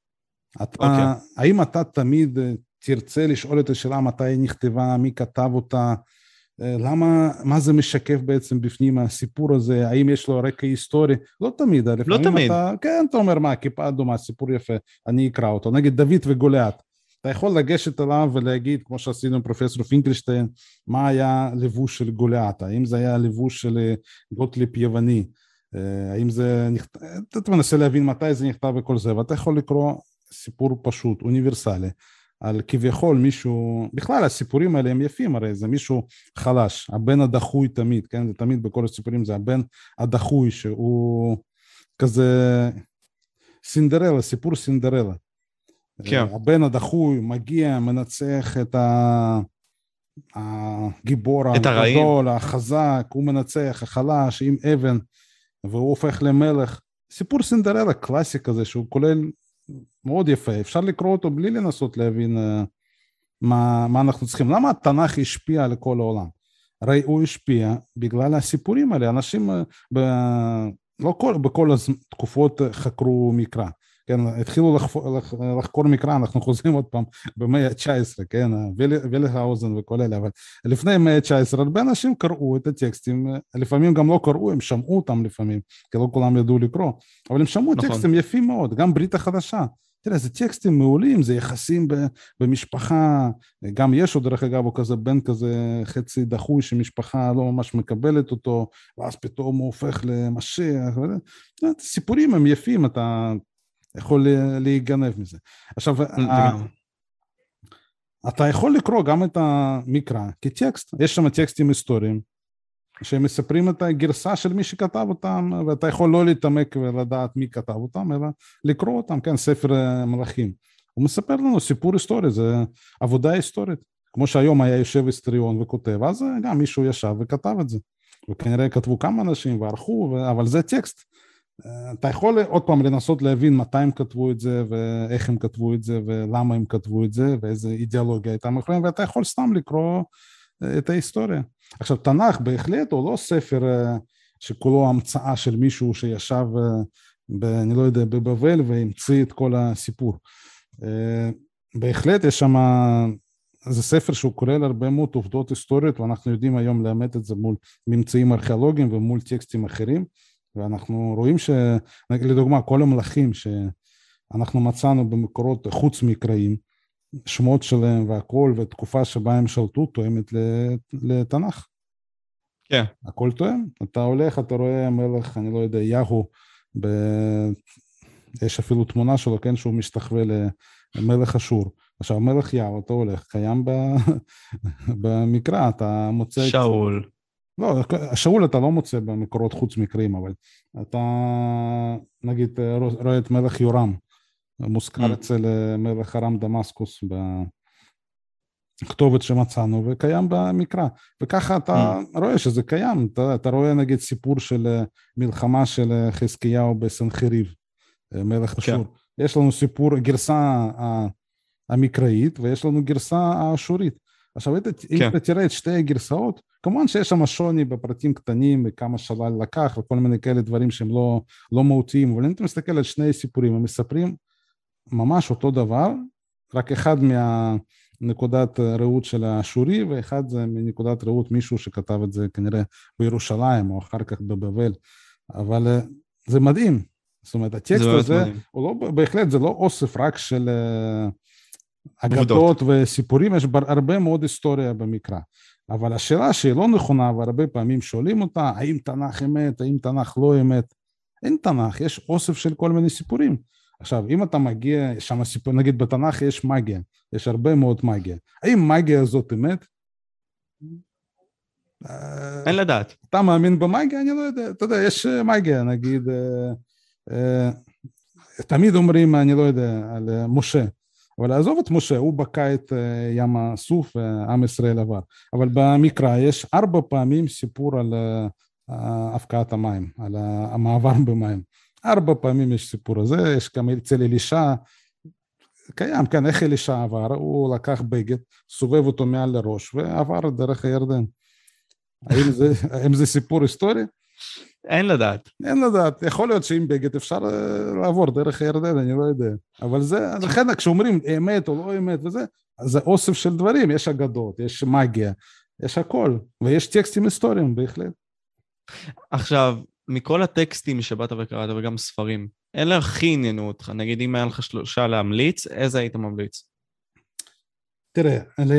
S2: האם אתה תמיד תרצה לשאול את השאלה מתי היא נכתבה, מי כתב אותה, מה זה משקף בעצם בפנים הסיפור הזה, האם יש לו רקע היסטורי? לא תמיד.
S1: לא תמיד.
S2: כן, אתה אומר מה, כיפה אדומה, סיפור יפה, אני אקרא אותו. נגיד דוד וגוליית. אתה יכול לגשת אליו ולהגיד, כמו שעשינו עם פרופסור פינקלשטיין, מה היה לבוש של גוליית, האם זה היה לבוש של גוטליב יווני, האם זה נכתב, אתה מנסה להבין מתי זה נכתב וכל זה, ואתה יכול לקרוא סיפור פשוט, אוניברסלי, על כביכול מישהו, בכלל הסיפורים האלה הם יפים, הרי זה מישהו חלש, הבן הדחוי תמיד, כן, זה תמיד בכל הסיפורים זה הבן הדחוי, שהוא כזה סינדרלה, סיפור סינדרלה.
S1: כן.
S2: הבן הדחוי מגיע, מנצח את הגיבור הגדול, החזק, הוא מנצח, החלש, עם אבן, והוא הופך למלך. סיפור סינדרלה קלאסי כזה, שהוא כולל מאוד יפה, אפשר לקרוא אותו בלי לנסות להבין מה אנחנו צריכים. למה התנ"ך השפיע על כל העולם? הרי הוא השפיע בגלל הסיפורים האלה, אנשים לא בכל התקופות חקרו מקרא. כן, התחילו לחקור מקרא, אנחנו חוזרים עוד פעם במאה ה-19, כן, ולהאוזן וכל אלה, אבל לפני מאה ה-19 הרבה אנשים קראו את הטקסטים, לפעמים גם לא קראו, הם שמעו אותם לפעמים, כי לא כולם ידעו לקרוא, אבל הם שמעו טקסטים יפים מאוד, גם ברית החדשה. תראה, זה טקסטים מעולים, זה יחסים במשפחה, גם יש עוד דרך אגב, הוא כזה בן כזה חצי דחוי, שמשפחה לא ממש מקבלת אותו, ואז פתאום הוא הופך למשיח, סיפורים הם יפים, אתה יכול להיגנב מזה. עכשיו, אתה יכול לקרוא גם את המקרא כטקסט, יש שם טקסטים היסטוריים, שהם מספרים את הגרסה של מי שכתב אותם, ואתה יכול לא להתעמק ולדעת מי כתב אותם, אלא לקרוא אותם, כן, ספר מלכים. הוא מספר לנו סיפור היסטורי, זה עבודה היסטורית, כמו שהיום היה יושב היסטוריון וכותב, אז גם מישהו ישב וכתב את זה, וכנראה כתבו כמה אנשים וערכו, אבל זה טקסט. אתה יכול עוד פעם לנסות להבין מתי הם כתבו את זה, ואיך הם כתבו את זה, ולמה הם כתבו את זה, ואיזה אידיאולוגיה הייתה מאחוריהם, ואתה יכול סתם לקרוא את ההיסטוריה. עכשיו, תנ"ך בהחלט הוא לא ספר שכולו המצאה של מישהו שישב, אני לא יודע, בבבל והמציא את כל הסיפור. בהחלט יש שם, זה ספר שהוא כולל הרבה מאוד עובדות היסטוריות, ואנחנו יודעים היום לאמת את זה מול ממצאים ארכיאולוגיים ומול טקסטים אחרים, ואנחנו רואים לדוגמה, כל המלכים שאנחנו מצאנו במקורות חוץ מקראיים, שמות שלהם והכל, ותקופה שבה הם שלטו, תואמת לתנ"ך.
S1: כן.
S2: הכל תואם. אתה הולך, אתה רואה מלך, אני לא יודע, יהו, יש אפילו תמונה שלו, כן, שהוא משתחווה למלך אשור. עכשיו, מלך יהו, אתה הולך, קיים במקרא, אתה מוצא...
S1: שאול.
S2: לא, שאול אתה לא מוצא במקורות חוץ מקראיים, אבל אתה, נגיד, רואה את מלך יורם, מוזכר אצל מלך ארם דמסקוס בכתובת שמצאנו וקיים במקרא, וככה אתה רואה שזה קיים, אתה רואה נגיד סיפור של מלחמה של חזקיהו בסנחריב, מלך אשור, יש לנו סיפור, גרסה המקראית ויש לנו גרסה האשורית. עכשיו אם אתה תראה את שתי הגרסאות, כמובן שיש שם שוני בפרטים קטנים, וכמה שלל לקח וכל מיני כאלה דברים שהם לא מהותיים, אבל אם אתה מסתכל על שני סיפורים, הם מספרים ממש אותו דבר, רק אחד מהנקודת ראות של האשורי, ואחד זה מנקודת ראות מישהו שכתב את זה כנראה בירושלים, או אחר כך בבבל, אבל זה מדהים, זאת אומרת, הטקסט הזה, בהחלט זה לא אוסף רק של אגדות וסיפורים, יש הרבה מאוד היסטוריה במקרא, אבל השאלה שהיא לא נכונה, והרבה פעמים שואלים אותה, האם תנ"ך אמת, האם תנ"ך לא אמת, אין תנ"ך, יש אוסף של כל מיני סיפורים. עכשיו, אם אתה מגיע, שם סיפור, נגיד בתנ"ך יש מגיה, יש הרבה מאוד מגיה. האם מגיה הזאת אמת?
S1: אין לדעת.
S2: אתה מאמין במגיה? אני לא יודע, אתה יודע, יש מגיה, נגיד, תמיד אומרים, אני לא יודע, על משה, אבל עזוב את משה, הוא בקע את ים הסוף, עם ישראל עבר. אבל במקרא יש 4 פעמים סיפור על הפקעת המים, על המעבר במים. 4 פעמים יש סיפור הזה, יש גם אצל אלישע, קיים, כן, איך אלישע עבר, הוא לקח בגד, סובב אותו מעל לראש, ועבר דרך הירדן. האם זה סיפור היסטורי?
S1: אין לדעת.
S2: אין לדעת, יכול להיות שעם בגד אפשר לעבור דרך הירדן, אני לא יודע. אבל זה, לכן כשאומרים אמת או לא אמת וזה, זה אוסף של דברים, יש אגדות, יש מגיה, יש הכל, ויש טקסטים היסטוריים בהחלט.
S1: עכשיו, מכל הטקסטים שבאת וקראת וגם ספרים, אלה הכי עניינו אותך, נגיד אם היה לך 3 להמליץ, איזה היית ממליץ?
S2: תראה,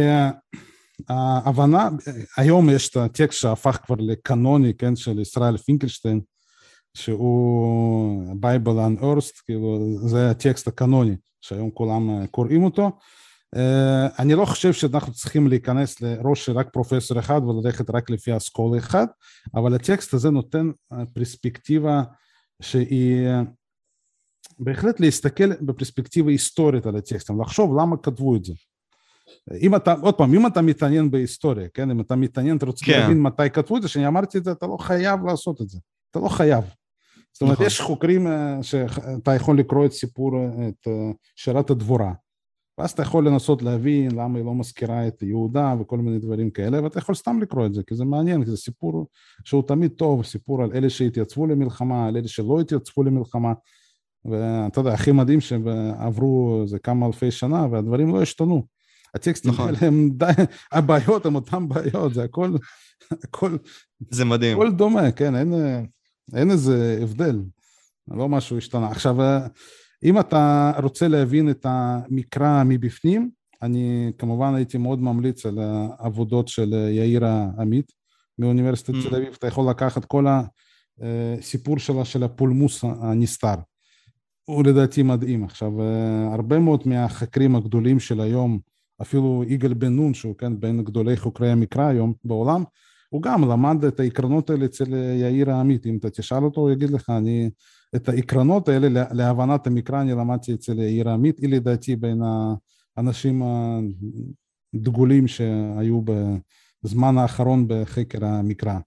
S2: ההבנה, היום יש את הטקסט שהפך כבר לקנוני, כן, של ישראל פינקלשטיין, שהוא Bible Unearthed, כאילו זה הטקסט הקנוני, שהיום כולם קוראים אותו. אני לא חושב שאנחנו צריכים להיכנס לראש של רק פרופסור אחד וללכת רק לפי אסכולה אחד, אבל הטקסט הזה נותן פרספקטיבה שהיא בהחלט להסתכל בפרספקטיבה היסטורית על הטקסטים, לחשוב למה כתבו את זה. אם אתה, עוד פעם, אם אתה מתעניין בהיסטוריה, כן, אם אתה מתעניין, אתה רוצה להבין מתי כתבו את זה, שאני אמרתי את זה, אתה לא חייב לעשות את זה, אתה לא חייב. זאת אומרת, יש חוקרים שאתה יכול לקרוא את סיפור, את שירת הדבורה, ואז אתה יכול לנסות להבין למה היא לא מזכירה את יהודה וכל מיני דברים כאלה, ואתה יכול סתם לקרוא את זה, כי זה מעניין, כי זה סיפור שהוא תמיד טוב, סיפור על אלה שהתייצבו למלחמה, על אלה שלא התייצבו למלחמה, ואתה יודע, הכי מדהים שעברו זה כמה אלפי שנה, והדברים לא השתנו. הטקסטים האלה הם די, הבעיות הם אותם בעיות, זה הכל,
S1: זה מדהים.
S2: הכל דומה, כן, אין איזה הבדל, לא משהו השתנה. עכשיו, אם אתה רוצה להבין את המקרא מבפנים, אני כמובן הייתי מאוד ממליץ על העבודות של יאיר עמית, מאוניברסיטת תל אביב. אתה יכול לקחת כל הסיפור של הפולמוס הנסתר. הוא לדעתי מדהים. עכשיו, הרבה מאוד מהחקרים הגדולים של היום, אפילו יגאל בן נון, שהוא כן בין גדולי חוקרי המקרא היום בעולם, הוא גם למד את העקרונות האלה אצל יאיר עמית. אם אתה תשאל אותו, הוא יגיד לך, את העקרונות האלה להבנת המקרא אני למדתי אצל יאיר עמית, היא לדעתי בין האנשים הדגולים שהיו בזמן האחרון בחקר המקרא.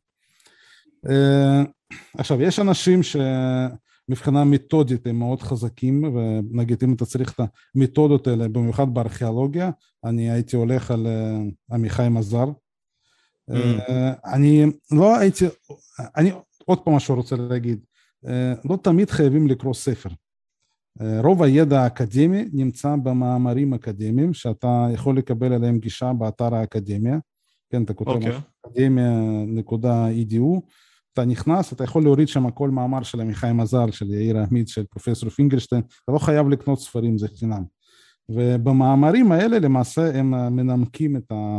S2: עכשיו, יש אנשים שמבחינה מתודית הם מאוד חזקים, ונגיד אם אתה צריך את המתודות האלה, במיוחד בארכיאולוגיה, אני הייתי הולך על עמיחי מזר. אני לא הייתי, עוד פעם משהו רוצה להגיד, לא תמיד חייבים לקרוא ספר. רוב הידע האקדמי נמצא במאמרים אקדמיים, שאתה יכול לקבל עליהם גישה באתר האקדמיה, כן, אתה כותב אקדמיה.edu, אתה נכנס, אתה יכול להוריד שם כל מאמר של עמיחי מזר, של יאיר עמית, של פרופסור פינגלשטיין, אתה לא חייב לקנות ספרים, זה חינם. ובמאמרים האלה למעשה הם מנמקים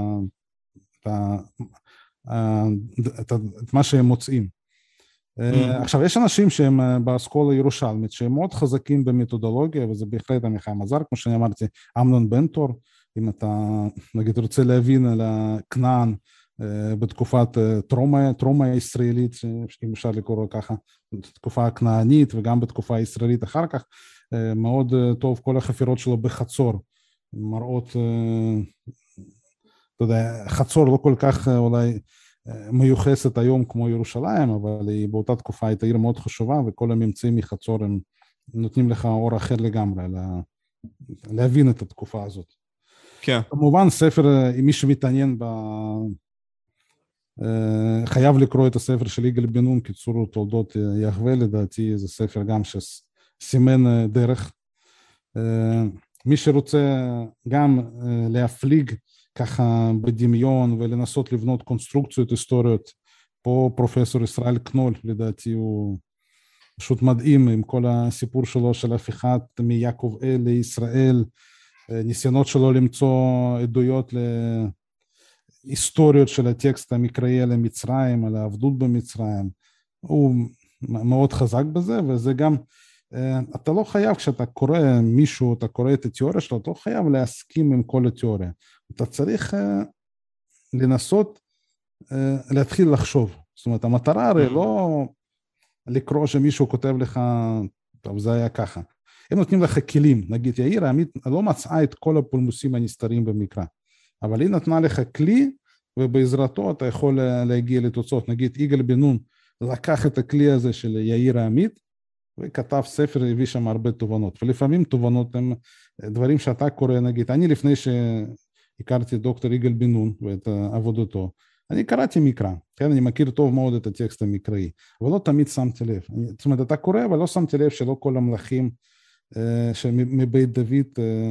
S2: את מה שהם מוצאים. עכשיו, יש אנשים שהם באסכולה ירושלמית, שהם מאוד חזקים במתודולוגיה, וזה בהחלט עמיחי מזר, כמו שאני אמרתי, אמנון בנטור, אם אתה, נגיד, רוצה להבין על הכנען בתקופת טרומה הישראלית, אם אפשר לקרוא ככה, בתקופה הכנענית, וגם בתקופה הישראלית אחר כך, מאוד טוב, כל החפירות שלו בחצור, מראות, אתה יודע, חצור לא כל כך אולי מיוחסת היום כמו ירושלים, אבל היא באותה תקופה הייתה עיר מאוד חשובה, וכל הממצאים מחצור הם נותנים לך אור אחר לגמרי, להבין את התקופה הזאת.
S1: כן.
S2: כמובן, ספר, אם מי שמתעניין חייב לקרוא את הספר של יגאל בן נון, קיצור תולדות יהווה, לדעתי, זה ספר גם שסימן דרך. מי שרוצה גם להפליג ככה בדמיון ולנסות לבנות קונסטרוקציות היסטוריות, פה פרופסור ישראל קנול, לדעתי הוא פשוט מדהים עם כל הסיפור שלו של הפיכת מיעקב אל לישראל, ניסיונות שלו למצוא עדויות להיסטוריות של הטקסט המקראי על המצרים, על העבדות במצרים, הוא מאוד חזק בזה, וזה גם, אתה לא חייב, כשאתה קורא מישהו, אתה קורא את התיאוריה שלו, אתה לא חייב להסכים עם כל התיאוריה, אתה צריך לנסות להתחיל לחשוב, זאת אומרת, המטרה הרי לא לקרוא שמישהו כותב לך, טוב, זה היה ככה, הם נותנים לך כלים, נגיד יאיר עמית לא מצאה את כל הפולמוסים הנסתרים במקרא, אבל היא נתנה לך כלי, ובעזרתו אתה יכול להגיע לתוצאות, נגיד יגאל בן נון לקח את הכלי הזה של יאיר עמית, וכתב ספר, הביא שם הרבה תובנות, ולפעמים תובנות הם דברים שאתה קורא, נגיד, אני לפני שהכרתי את דוקטור יגאל בן נון ואת עבודתו, אני קראתי מקרא, כן, אני מכיר טוב מאוד את הטקסט המקראי, אבל לא תמיד שמתי לב, זאת אומרת, אתה קורא, אבל לא שמתי לב שלא כל המלכים מבית דוד,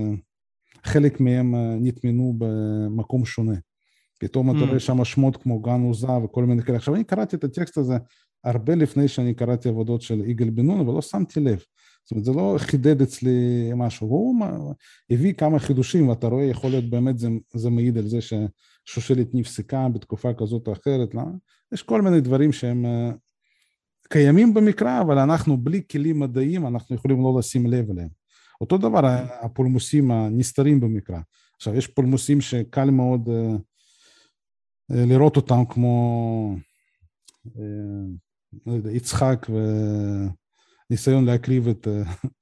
S2: חלק מהם נטמנו במקום שונה, פתאום אתה רואה שם שמות כמו גן עוזה וכל מיני כאלה, עכשיו אני קראתי את הטקסט הזה, הרבה לפני שאני קראתי עבודות של יגאל בן נון, אבל לא שמתי לב. זאת אומרת, זה לא חידד אצלי משהו. הוא הביא כמה חידושים, ואתה רואה, יכול להיות באמת, זה מעיד על זה ששושלת נפסקה בתקופה כזאת או אחרת. לא? יש כל מיני דברים שהם קיימים במקרא, אבל אנחנו בלי כלים מדעיים, אנחנו יכולים לא לשים לב אליהם. אותו דבר, הפולמוסים הנסתרים במקרא. עכשיו, יש פולמוסים שקל מאוד לראות אותם כמו לא יודע, יצחק וניסיון להקריב את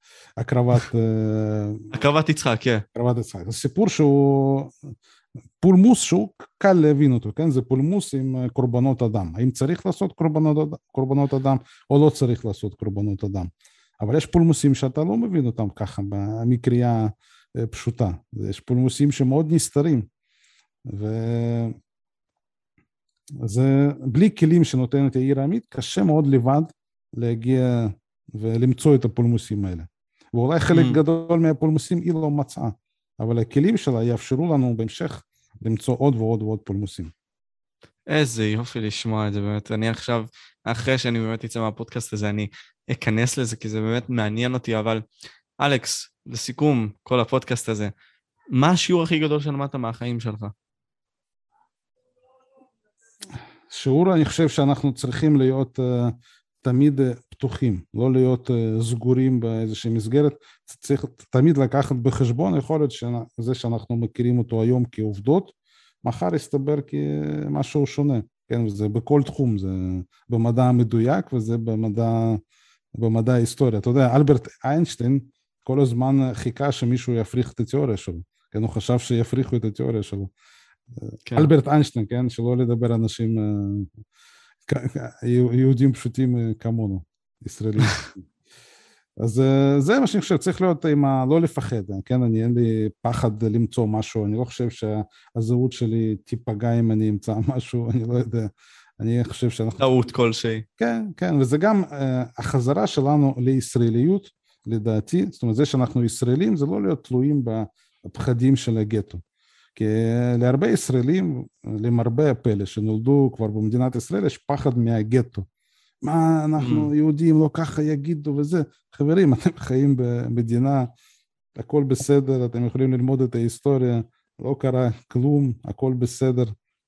S1: הקרבת יצחק, כן.
S2: הקרבת יצחק. זה סיפור שהוא פולמוס שהוא קל להבין אותו, כן? זה פולמוס עם קורבנות אדם. האם צריך לעשות קורבנות אדם או לא צריך לעשות קורבנות אדם. אבל יש פולמוסים שאתה לא מבין אותם ככה במקריאה פשוטה. יש פולמוסים שמאוד נסתרים. זה בלי כלים שנותנת יאיר עמית, קשה מאוד לבד להגיע ולמצוא את הפולמוסים האלה. ואולי חלק גדול מהפולמוסים היא לא מצאה, אבל הכלים שלה יאפשרו לנו בהמשך למצוא עוד ועוד ועוד פולמוסים.
S1: איזה יופי לשמוע את זה באמת. אני עכשיו, אחרי שאני באמת אצא מהפודקאסט הזה, אני אכנס לזה, כי זה באמת מעניין אותי, אבל אלכס, לסיכום כל הפודקאסט הזה, מה השיעור הכי גדול שלמדת מהחיים שלך?
S2: שיעור, אני חושב שאנחנו צריכים להיות תמיד פתוחים, לא להיות סגורים באיזושהי מסגרת, צריך תמיד לקחת בחשבון, יכול להיות שזה שאנחנו מכירים אותו היום כעובדות, מחר יסתבר כמשהו שונה, כן, וזה בכל תחום, זה במדע המדויק וזה במדע ההיסטוריה. אתה יודע, אלברט איינשטיין כל הזמן חיכה שמישהו יפריך את התיאוריה שלו, כן, הוא חשב שיפריחו את התיאוריה שלו. כן. אלברט איינשטיין, כן, שלא לדבר אנשים, יהודים פשוטים כמונו, ישראלים. אז זה מה שאני חושב, צריך להיות לא לפחד, כן, אין לי פחד למצוא משהו, אני לא חושב שהזהות שלי תיפגע אם אני אמצא משהו, אני לא יודע, אני חושב שאנחנו...
S1: טעות כלשהי.
S2: כן, כן, וזה גם החזרה שלנו לישראליות, לדעתי, זאת אומרת, זה שאנחנו ישראלים, זה לא להיות תלויים בפחדים של הגטו, כי להרבה ישראלים, למרבה הפלא, שנולדו כבר במדינת ישראל, יש פחד מהגטו, מה אנחנו יהודים, לא ככה יגידו וזה. חברים, אתם חיים במדינה, הכל בסדר, אתם יכולים ללמוד את ההיסטוריה, לא קרה כלום, הכל בסדר.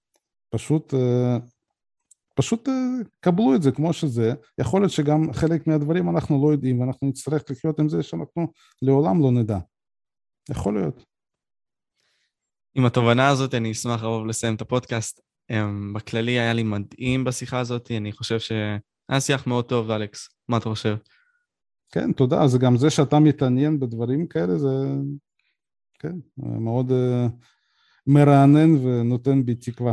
S2: פשוט קבלו את זה כמו שזה. יכול להיות שגם חלק מהדברים אנחנו לא יודעים, ואנחנו נצטרך לחיות עם זה שאנחנו לעולם לא נדע. יכול להיות.
S1: עם התובנה הזאת אני אשמח רוב לסיים את הפודקאסט. בכללי היה לי מדהים בשיחה הזאת, אני חושב היה שיח מאוד טוב, אלכס. מה אתה חושב?
S2: כן, תודה. זה גם זה שאתה מתעניין בדברים כאלה, זה כן, מאוד מרענן ונותן בי תקווה.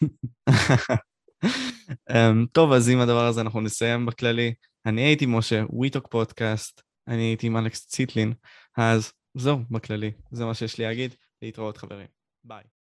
S1: טוב, אז עם הדבר הזה אנחנו נסיים בכללי. אני הייתי משה, WeTalk פודקאסט, אני הייתי עם אלכס ציטלין, אז זהו, בכללי. זה מה שיש לי להגיד. להתראות חברים. ביי.